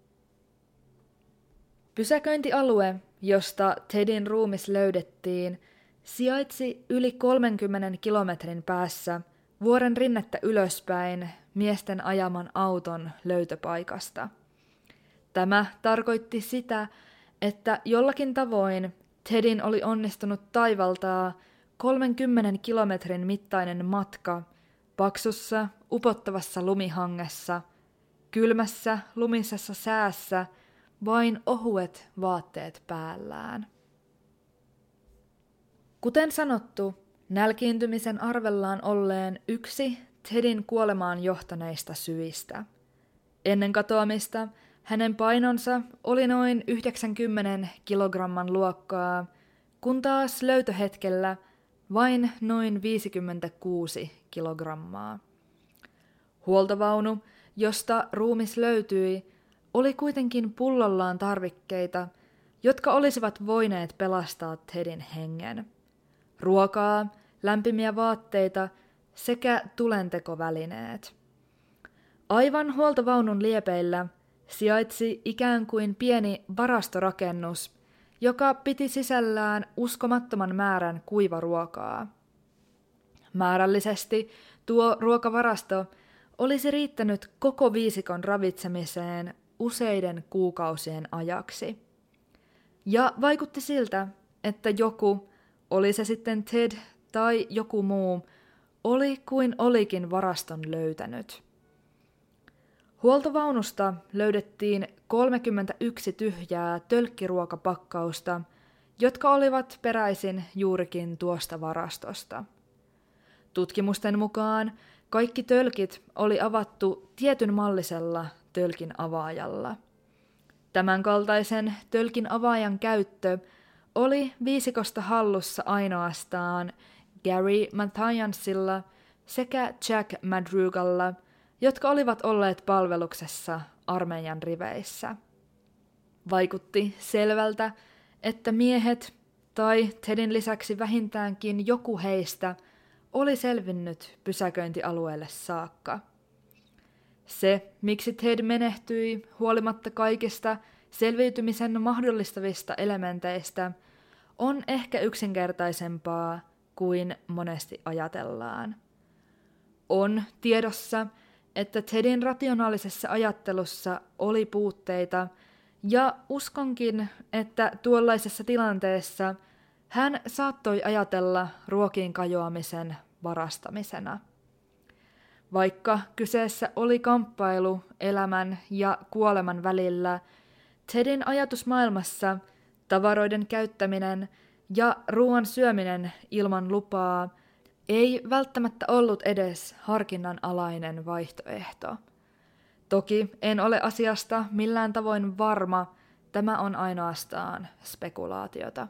Pysäköintialue, josta Tedin ruumis löydettiin, sijaitsi yli kolmenkymmenen kilometrin päässä vuoren rinnettä ylöspäin miesten ajaman auton löytöpaikasta. Tämä tarkoitti sitä, että jollakin tavoin Tedin oli onnistunut taivaltaa kolmenkymmenen kilometrin mittainen matka paksussa, upottavassa lumihangessa, kylmässä, lumisessa säässä, vain ohuet vaatteet päällään. Kuten sanottu, nälkiintymisen arvellaan olleen yksi Tedin kuolemaan johtaneista syistä. Ennen katoamista hänen painonsa oli noin yhdeksänkymmentä kilogramman luokkaa, kun taas löytöhetkellä vain noin viisikymmentäkuusi kilogrammaa. Huoltovaunu, josta ruumis löytyi, oli kuitenkin pullollaan tarvikkeita, jotka olisivat voineet pelastaa Tedin hengen. Ruokaa, lämpimiä vaatteita sekä tulentekovälineet. Aivan huoltovaunun liepeillä sijaitsi ikään kuin pieni varastorakennus, joka piti sisällään uskomattoman määrän kuivaruokaa. Määrällisesti tuo ruokavarasto olisi riittänyt koko viisikon ravitsemiseen useiden kuukausien ajaksi. Ja vaikutti siltä, että joku, oli se sitten Ted tai joku muu, oli kuin olikin varaston löytänyt. Huoltovaunusta löydettiin kolmekymmentäyksi tyhjää tölkkiruokapakkausta, jotka olivat peräisin juurikin tuosta varastosta. Tutkimusten mukaan kaikki tölkit oli avattu tietyn mallisella tölkin avaajalla. Tämänkaltaisen tölkin avaajan käyttö oli viisikosta hallussa ainoastaan Gary Mathiansilla sekä Jack Madrugalla, jotka olivat olleet palveluksessa armeijan riveissä. Vaikutti selvältä, että miehet tai Tedin lisäksi vähintäänkin joku heistä oli selvinnyt pysäköintialueelle saakka. Se, miksi Ted menehtyi huolimatta kaikista selviytymisen mahdollistavista elementeistä, on ehkä yksinkertaisempaa kuin monesti ajatellaan. On tiedossa, että Tedin rationaalisessa ajattelussa oli puutteita, ja uskonkin, että tuollaisessa tilanteessa hän saattoi ajatella ruokiin kajoamisen varastamisena. Vaikka kyseessä oli kamppailu elämän ja kuoleman välillä, Tedin ajatusmaailmassa tavaroiden käyttäminen ja ruoan syöminen ilman lupaa ei välttämättä ollut edes harkinnan alainen vaihtoehto. Toki en ole asiasta millään tavoin varma, tämä on ainoastaan spekulaatiota.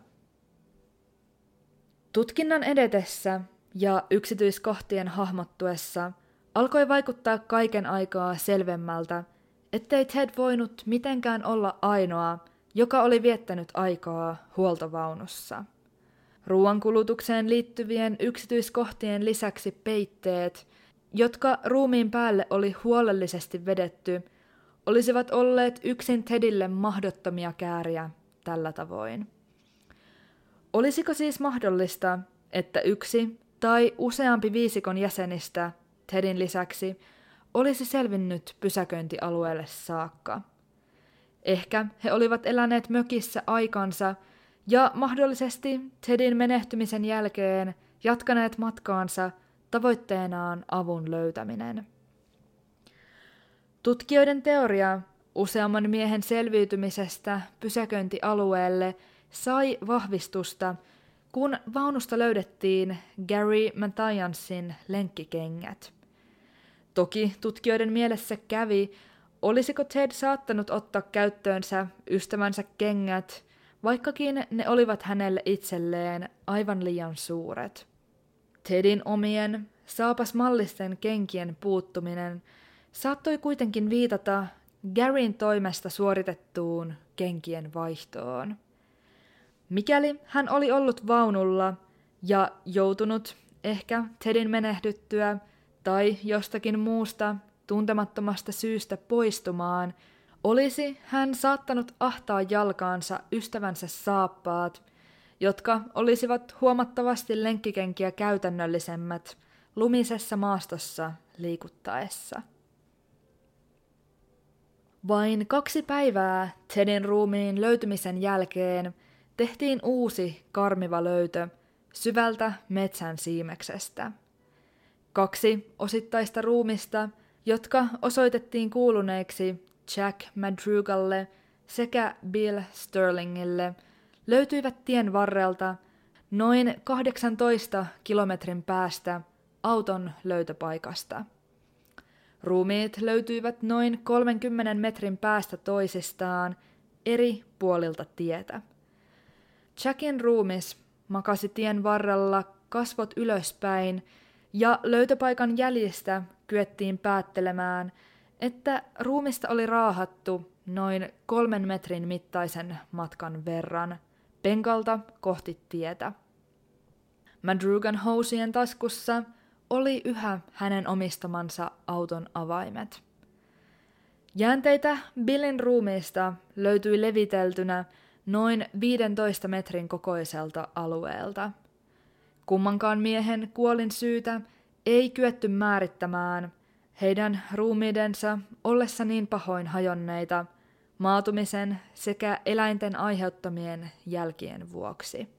Tutkinnan edetessä ja yksityiskohtien hahmottuessa alkoi vaikuttaa kaiken aikaa selvemmältä, ettei Ted voinut mitenkään olla ainoa, joka oli viettänyt aikaa huoltovaunussa. Ruoankulutukseen liittyvien yksityiskohtien lisäksi peitteet, jotka ruumiin päälle oli huolellisesti vedetty, olisivat olleet yksin Tedille mahdottomia kääriä tällä tavoin. Olisiko siis mahdollista, että yksi tai useampi viisikon jäsenistä Tedin lisäksi olisi selvinnyt pysäköintialueelle saakka? Ehkä he olivat eläneet mökissä aikansa ja mahdollisesti Tedin menehtymisen jälkeen jatkaneet matkaansa tavoitteenaan avun löytäminen. Tutkijoiden teoria useamman miehen selviytymisestä pysäköintialueelle sai vahvistusta, kun vaunusta löydettiin Gary Mathiasin lenkkikengät. Toki tutkijoiden mielessä kävi, olisiko Ted saattanut ottaa käyttöönsä ystävänsä kengät, vaikkakin ne olivat hänelle itselleen aivan liian suuret. Tedin omien saapasmallisten kenkien puuttuminen saattoi kuitenkin viitata Garyn toimesta suoritettuun kenkien vaihtoon. Mikäli hän oli ollut vaunulla ja joutunut ehkä Tedin menehdyttyä tai jostakin muusta tuntemattomasta syystä poistumaan, olisi hän saattanut ahtaa jalkaansa ystävänsä saappaat, jotka olisivat huomattavasti lenkkikenkiä käytännöllisemmät lumisessa maastossa liikuttaessa. Vain kaksi päivää Tedin ruumiin löytymisen jälkeen tehtiin uusi karmiva löytö syvältä metsän siimeksestä. Kaksi osittaista ruumista, jotka osoitettiin kuuluneeksi Jack Madrugalle sekä Bill Sterlingille, löytyivät tien varrelta noin kahdeksantoista kilometrin päästä auton löytöpaikasta. Ruumiit löytyivät noin kolmenkymmenen metrin päästä toisistaan eri puolilta tietä. Jackin ruumis makasi tien varrella kasvot ylöspäin ja löytöpaikan jäljistä kyettiin päättelemään, että ruumista oli raahattu noin kolmen metrin mittaisen matkan verran penkalta kohti tietä. Madrugan housien taskussa oli yhä hänen omistamansa auton avaimet. Jäänteitä Billin ruumiista löytyi leviteltynä noin viidentoista metrin kokoiselta alueelta. Kummankaan miehen kuolin syytä ei kyetty määrittämään, heidän ruumiidensa ollessa niin pahoin hajonneita maatumisen sekä eläinten aiheuttamien jälkien vuoksi.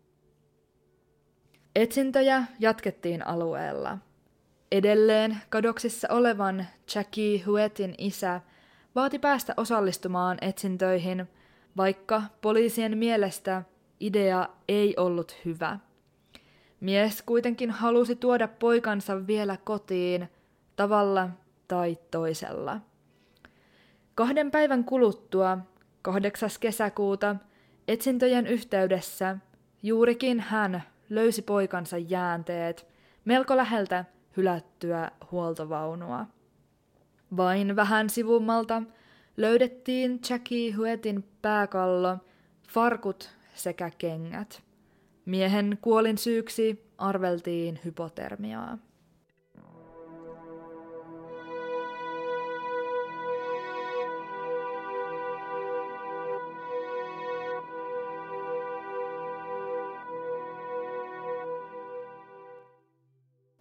Etsintöjä jatkettiin alueella. Edelleen kadoksissa olevan Jackie Huetin isä vaati päästä osallistumaan etsintöihin, vaikka poliisien mielestä idea ei ollut hyvä. Mies kuitenkin halusi tuoda poikansa vielä kotiin tavalla tai toisella. Kahden päivän kuluttua, kahdeksas kesäkuuta, etsintöjen yhteydessä juurikin hän löysi poikansa jäänteet melko läheltä hylättyä huoltovaunua. Vain vähän sivummalta löydettiin Jackie Huetin pääkallo, farkut sekä kengät. Miehen kuolin syyksi arveltiin hypotermiaa.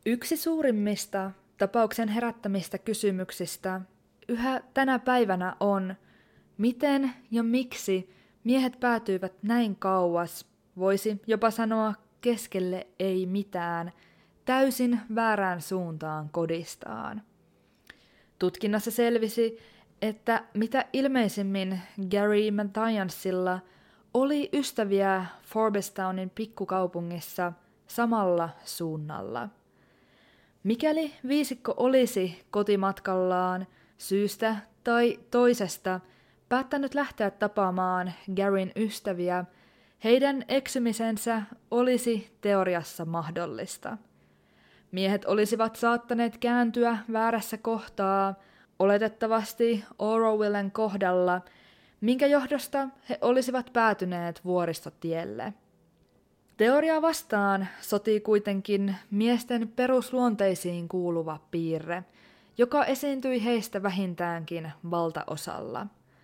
Yksi suurimmista tapauksen herättämistä kysymyksistä yhä tänä päivänä on, miten ja miksi miehet päätyivät näin kauas, voisi jopa sanoa keskelle ei mitään, täysin väärään suuntaan kodistaan. Tutkinnassa selvisi, että mitä ilmeisimmin Gary Mathiasilla oli ystäviä Forbestownin pikkukaupungissa samalla suunnalla. Mikäli viisikko olisi kotimatkallaan syystä tai toisesta päättänyt lähteä tapaamaan Garyn ystäviä, heidän eksymisensä olisi teoriassa mahdollista. Miehet olisivat saattaneet kääntyä väärässä kohtaa, oletettavasti Auroville kohdalla, minkä johdosta he olisivat päätyneet vuoristotielle. Teoriaa vastaan sotii kuitenkin miesten perusluonteisiin kuuluva piirre, joka esiintyi heistä vähintäänkin valtaosalla.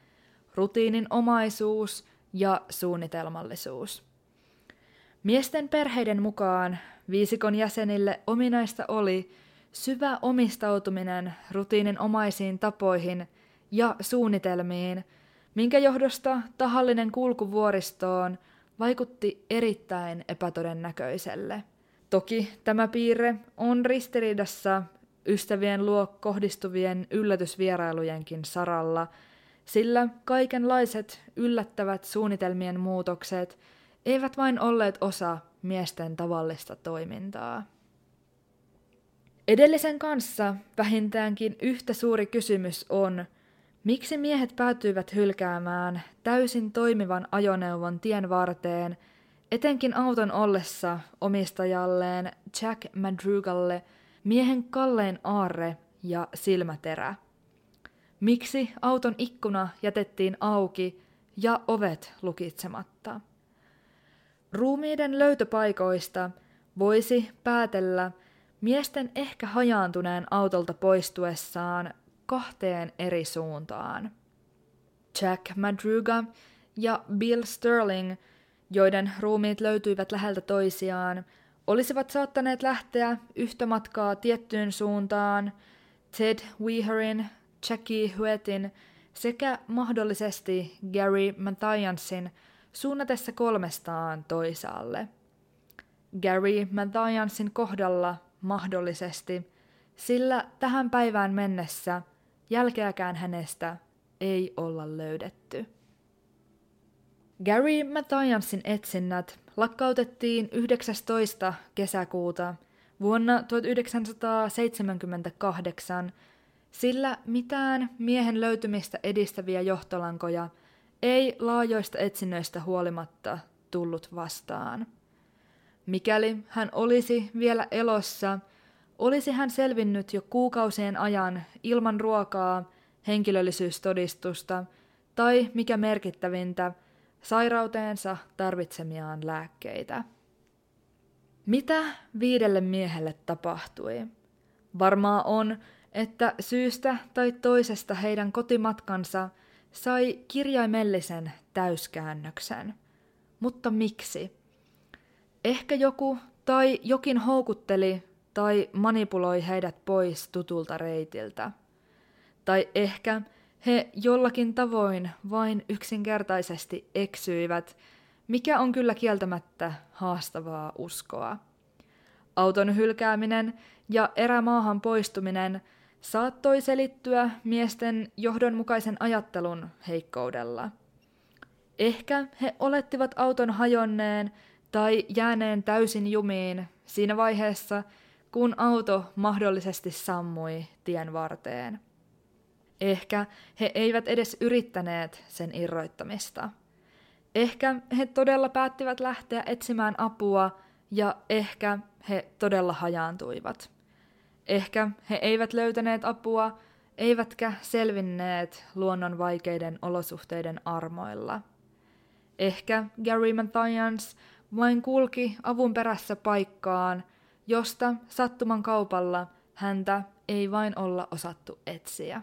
Rutiininomaisuus ja suunnitelmallisuus. Miesten perheiden mukaan viisikon jäsenille ominaista oli syvä omistautuminen rutiininomaisiin tapoihin ja suunnitelmiin, minkä johdosta tahallinen kulku vuoristoon vaikutti erittäin epätodennäköiselle. Toki tämä piirre on ristiriidassa ystävien luo kohdistuvien yllätysvierailujenkin saralla, sillä kaikenlaiset yllättävät suunnitelmien muutokset eivät vain olleet osa miesten tavallista toimintaa. Edellisen kanssa vähintäänkin yhtä suuri kysymys on, miksi miehet päätyivät hylkäämään täysin toimivan ajoneuvon tien varteen, etenkin auton ollessa omistajalleen Jack Madrugalle miehen kallein aarre ja silmäterä? Miksi auton ikkuna jätettiin auki ja ovet lukitsematta? Ruumiiden löytöpaikoista voisi päätellä miesten ehkä hajaantuneen autolta poistuessaan kahteen eri suuntaan. Jack Madruga ja Bill Sterling, joiden ruumiit löytyivät läheltä toisiaan, olisivat saattaneet lähteä yhtä matkaa tiettyyn suuntaan Ted Weaherin, Jackie Huetin sekä mahdollisesti Gary Mathiasin suunnatessa kolmestaan toisaalle. Gary Mathiasin kohdalla mahdollisesti, sillä tähän päivään mennessä jälkeäkään hänestä ei olla löydetty. Gary Mathiasin etsinnät lakkautettiin yhdeksästoista kesäkuuta vuonna tuhatyhdeksänsataaseitsemänkymmentäkahdeksan, sillä mitään miehen löytymistä edistäviä johtolankoja ei laajoista etsinnöistä huolimatta tullut vastaan. Mikäli hän olisi vielä elossa, olisi hän selvinnyt jo kuukausien ajan ilman ruokaa, henkilöllisyystodistusta tai, mikä merkittävintä, sairauteensa tarvitsemiaan lääkkeitä. Mitä viidelle miehelle tapahtui? Varmaa on, että syystä tai toisesta heidän kotimatkansa sai kirjaimellisen täyskäännöksen. Mutta miksi? Ehkä joku tai jokin houkutteli tai manipuloi heidät pois tutulta reitiltä. Tai ehkä he jollakin tavoin vain yksinkertaisesti eksyivät, mikä on kyllä kieltämättä haastavaa uskoa. Auton hylkääminen ja erämaahan poistuminen saattoi selittyä miesten johdonmukaisen ajattelun heikkoudella. Ehkä he olettivat auton hajonneen tai jääneen täysin jumiin siinä vaiheessa, kun auto mahdollisesti sammui tien varteen. Ehkä he eivät edes yrittäneet sen irroittamista. Ehkä he todella päättivät lähteä etsimään apua ja ehkä he todella hajaantuivat. Ehkä he eivät löytäneet apua, eivätkä selvinneet luonnon vaikeiden olosuhteiden armoilla. Ehkä Gary Mathias vain kulki avun perässä paikkaan, josta sattuman kaupalla häntä ei vain olla osattu etsiä.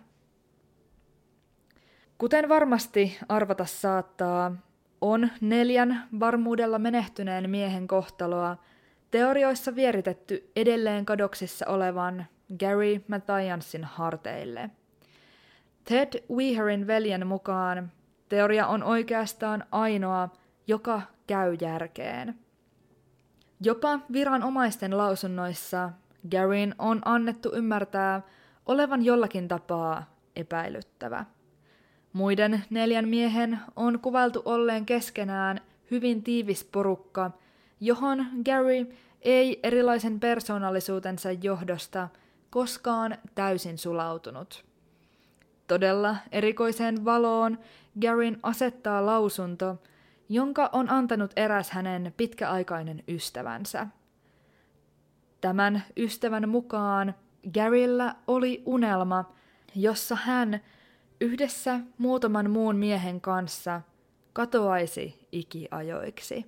Kuten varmasti arvata saattaa, on neljän varmuudella menehtyneen miehen kohtaloa teorioissa vieritetty edelleen kadoksissa olevan Gary Mathiasin harteille. Ted Weherin veljen mukaan teoria on oikeastaan ainoa, joka käy järkeen. Jopa viranomaisten lausunnoissa Garyn on annettu ymmärtää olevan jollakin tapaa epäilyttävä. Muiden neljän miehen on kuvailtu olleen keskenään hyvin tiivis porukka, johon Gary ei erilaisen persoonallisuutensa johdosta koskaan täysin sulautunut. Todella erikoiseen valoon Garyn asettaa lausunto, jonka on antanut eräs hänen pitkäaikainen ystävänsä. Tämän ystävän mukaan Garyllä oli unelma, jossa hän yhdessä muutaman muun miehen kanssa katoaisi ikiajoiksi.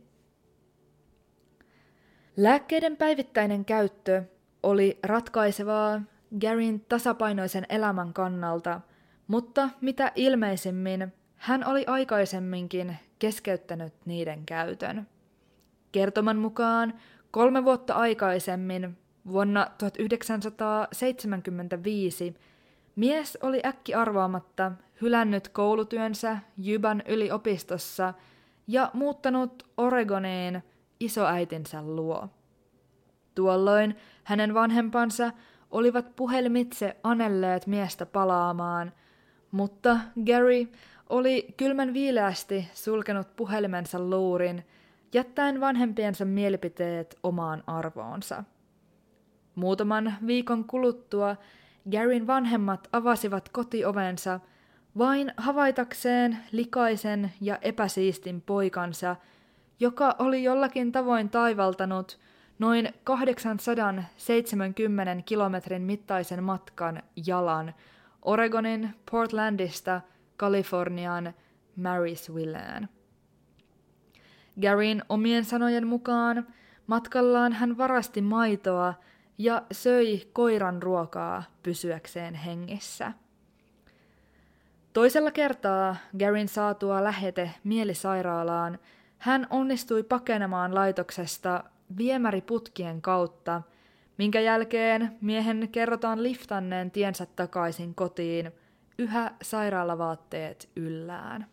Lääkkeiden päivittäinen käyttö oli ratkaisevaa Garyn tasapainoisen elämän kannalta, mutta mitä ilmeisimmin hän oli aikaisemminkin keskeyttänyt niiden käytön. Kertoman mukaan kolme vuotta aikaisemmin, vuonna tuhatyhdeksänsataaseitsemänkymmentäviisi, mies oli äkki arvaamatta hylännyt koulutyönsä Yuban yliopistossa ja muuttanut Oregoniin isoäitinsä luo. Tuolloin hänen vanhempansa olivat puhelimitse anelleet miestä palaamaan, mutta Gary oli kylmän viileästi sulkenut puhelimensa luurin, jättäen vanhempiensa mielipiteet omaan arvoonsa. Muutaman viikon kuluttua Garyn vanhemmat avasivat kotiovensa vain havaitakseen likaisen ja epäsiistin poikansa, joka oli jollakin tavoin taivaltanut noin kahdeksansataaseitsemänkymmentä kilometrin mittaisen matkan jalan Oregonin Portlandista Kalifornian Marysvilleen. Garyn omien sanojen mukaan matkallaan hän varasti maitoa ja söi koiran ruokaa pysyäkseen hengissä. Toisella kertaa Garyn saatua lähete mielisairaalaan hän onnistui pakenemaan laitoksesta viemäriputkien kautta, minkä jälkeen miehen kerrotaan liftanneen tiensä takaisin kotiin yhä sairaalavaatteet yllään.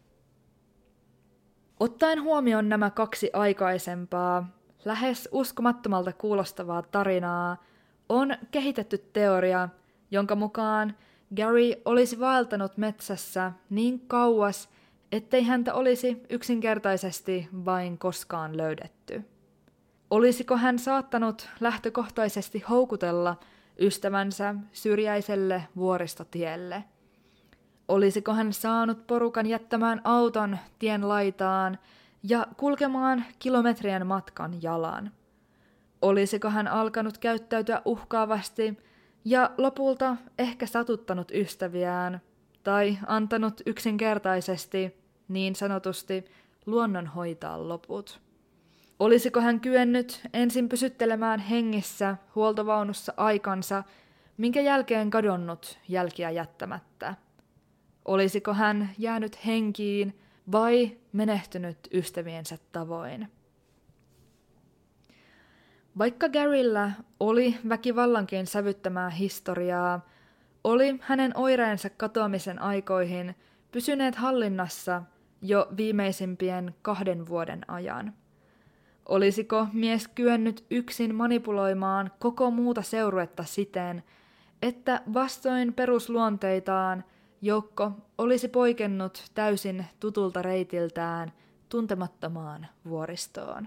Ottaen huomioon nämä kaksi aikaisempaa, lähes uskomattomalta kuulostavaa tarinaa, on kehitetty teoria, jonka mukaan Gary olisi vaeltanut metsässä niin kauas, ettei häntä olisi yksinkertaisesti vain koskaan löydetty. Olisiko hän saattanut lähtökohtaisesti houkutella ystävänsä syrjäiselle vuoristotielle? Olisiko hän saanut porukan jättämään auton tien laitaan ja kulkemaan kilometrien matkan jalan? Olisiko hän alkanut käyttäytyä uhkaavasti ja lopulta ehkä satuttanut ystäviään tai antanut yksinkertaisesti, niin sanotusti, luonnon hoitaa loput? Olisiko hän kyennyt ensin pysyttelemään hengissä huoltovaunussa aikansa, minkä jälkeen kadonnut jälkiä jättämättä? Olisiko hän jäänyt henkiin vai menehtynyt ystäviensä tavoin? Vaikka Garyllä oli väkivallankin sävyttämää historiaa, oli hänen oireensa katoamisen aikoihin pysyneet hallinnassa jo viimeisimpien kahden vuoden ajan. Olisiko mies kyennyt yksin manipuloimaan koko muuta seuruetta siten, että vastoin perusluonteitaan joukko olisi poikennut täysin tutulta reitiltään tuntemattomaan vuoristoon?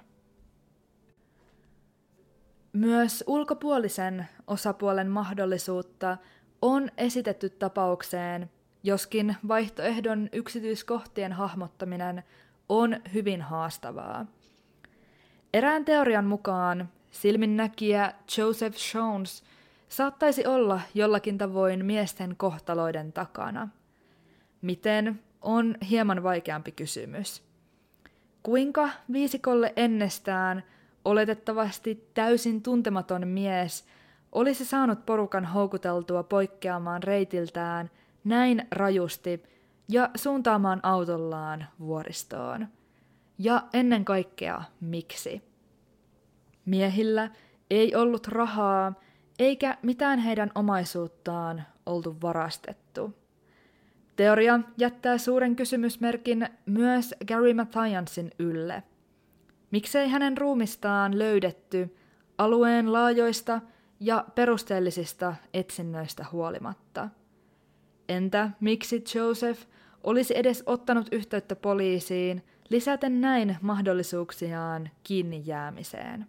Myös ulkopuolisen osapuolen mahdollisuutta on esitetty tapaukseen, joskin vaihtoehdon yksityiskohtien hahmottaminen on hyvin haastavaa. Erään teorian mukaan silminnäkijä Joseph Jones saattaisi olla jollakin tavoin miesten kohtaloiden takana. Miten on hieman vaikeampi kysymys. Kuinka viisikolle ennestään oletettavasti täysin tuntematon mies olisi saanut porukan houkuteltua poikkeamaan reitiltään näin rajusti ja suuntaamaan autollaan vuoristoon? Ja ennen kaikkea miksi? Miehillä ei ollut rahaa, eikä mitään heidän omaisuuttaan oltu varastettu. Teoria jättää suuren kysymysmerkin myös Gary Mathiasin ylle. Miksei hänen ruumistaan löydetty alueen laajoista ja perusteellisista etsinnöistä huolimatta? Entä miksi Joseph olisi edes ottanut yhteyttä poliisiin, lisäten näin mahdollisuuksiaan kiinni jäämiseen?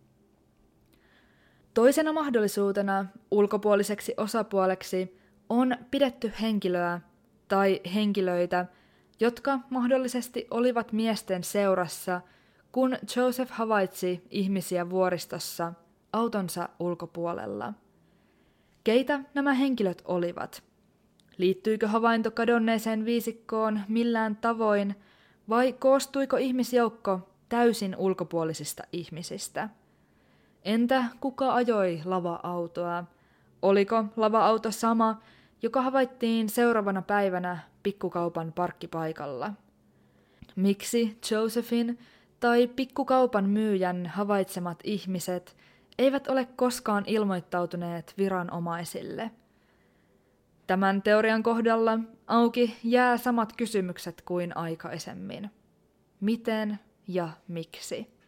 Toisena mahdollisuutena ulkopuoliseksi osapuoleksi on pidetty henkilöä tai henkilöitä, jotka mahdollisesti olivat miesten seurassa, kun Joseph havaitsi ihmisiä vuoristossa autonsa ulkopuolella. Keitä nämä henkilöt olivat? Liittyykö havainto kadonneeseen viisikkoon millään tavoin, vai koostuiko ihmisjoukko täysin ulkopuolisista ihmisistä? Entä kuka ajoi lava-autoa? Oliko lava-auto sama, joka havaittiin seuraavana päivänä pikkukaupan parkkipaikalla? Miksi Josephin tai pikkukaupan myyjän havaitsemat ihmiset eivät ole koskaan ilmoittautuneet viranomaisille? Tämän teorian kohdalla auki jää samat kysymykset kuin aikaisemmin. Miten ja miksi?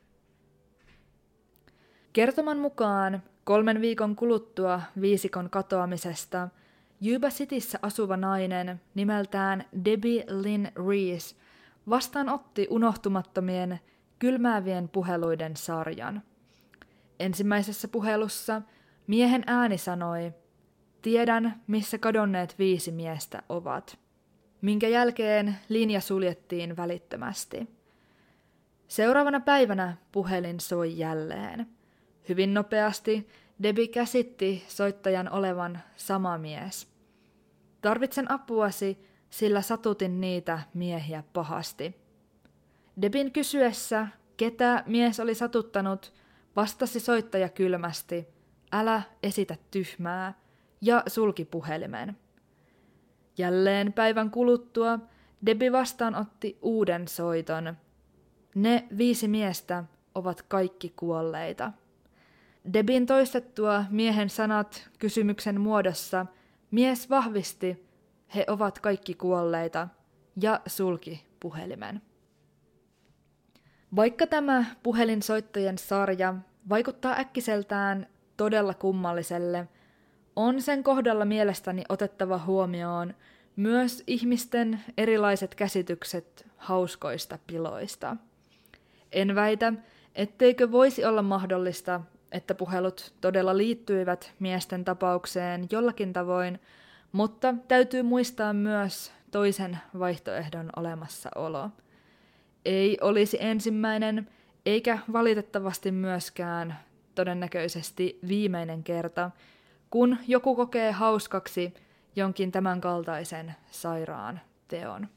Kertoman mukaan kolmen viikon kuluttua viisikon katoamisesta Yuba Cityssä asuva nainen nimeltään Debbie Lynn Reese vastaanotti unohtumattomien kylmäävien puheluiden sarjan. Ensimmäisessä puhelussa miehen ääni sanoi, "Tiedän, missä kadonneet viisi miestä ovat", minkä jälkeen linja suljettiin välittömästi. Seuraavana päivänä puhelin soi jälleen. Hyvin nopeasti Debbie käsitti soittajan olevan sama mies. "Tarvitsen apuasi, sillä satutin niitä miehiä pahasti." Debbien kysyessä, ketä mies oli satuttanut, vastasi soittaja kylmästi, "Älä esitä tyhmää", ja sulki puhelimen. Jälleen päivän kuluttua Debbie vastaanotti uuden soiton. "Ne viisi miestä ovat kaikki kuolleita." Debbien toistettua miehen sanat kysymyksen muodossa mies vahvisti, "He ovat kaikki kuolleita", ja sulki puhelimen. Vaikka tämä puhelinsoittojen sarja vaikuttaa äkkiseltään todella kummalliselle, on sen kohdalla mielestäni otettava huomioon myös ihmisten erilaiset käsitykset hauskoista piloista. En väitä, etteikö voisi olla mahdollista, että puhelut todella liittyivät miesten tapaukseen jollakin tavoin, mutta täytyy muistaa myös toisen vaihtoehdon olemassaolo. Ei olisi ensimmäinen, eikä valitettavasti myöskään todennäköisesti viimeinen kerta, kun joku kokee hauskaksi jonkin tämänkaltaisen sairaan teon.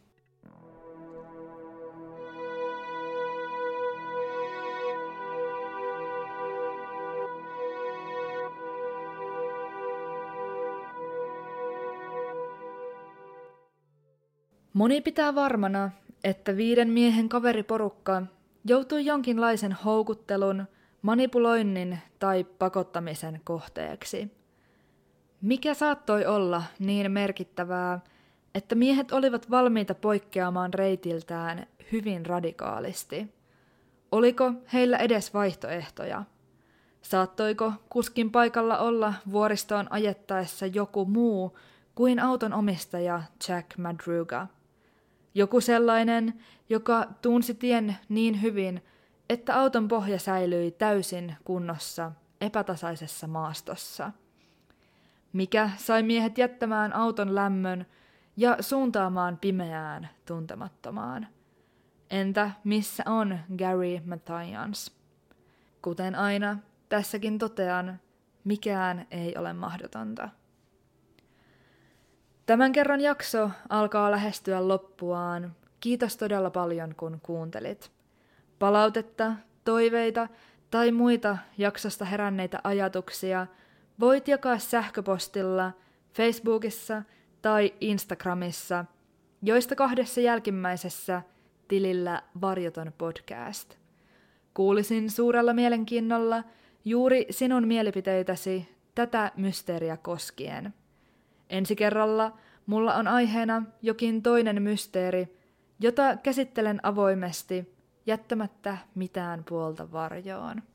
Moni pitää varmana, että viiden miehen kaveriporukka joutui jonkinlaisen houkuttelun, manipuloinnin tai pakottamisen kohteeksi. Mikä saattoi olla niin merkittävää, että miehet olivat valmiita poikkeamaan reitiltään hyvin radikaalisti? Oliko heillä edes vaihtoehtoja? Saattoiko kuskin paikalla olla vuoristoon ajettaessa joku muu kuin auton omistaja Jack Madruga? Joku sellainen, joka tunsi tien niin hyvin, että auton pohja säilyi täysin kunnossa epätasaisessa maastossa. Mikä sai miehet jättämään auton lämmön ja suuntaamaan pimeään tuntemattomaan? Entä missä on Gary Mathias? Kuten aina, tässäkin totean, mikään ei ole mahdotonta. Tämän kerran jakso alkaa lähestyä loppuaan. Kiitos todella paljon, kun kuuntelit. Palautetta, toiveita tai muita jaksosta heränneitä ajatuksia voit jakaa sähköpostilla, Facebookissa tai Instagramissa, joista kahdessa jälkimmäisessä tilillä Varjoton podcast. Kuulisin suurella mielenkiinnolla juuri sinun mielipiteitäsi tätä mysteeriä koskien. Ensi kerralla mulla on aiheena jokin toinen mysteeri, jota käsittelen avoimesti, jättämättä mitään puolta varjoon.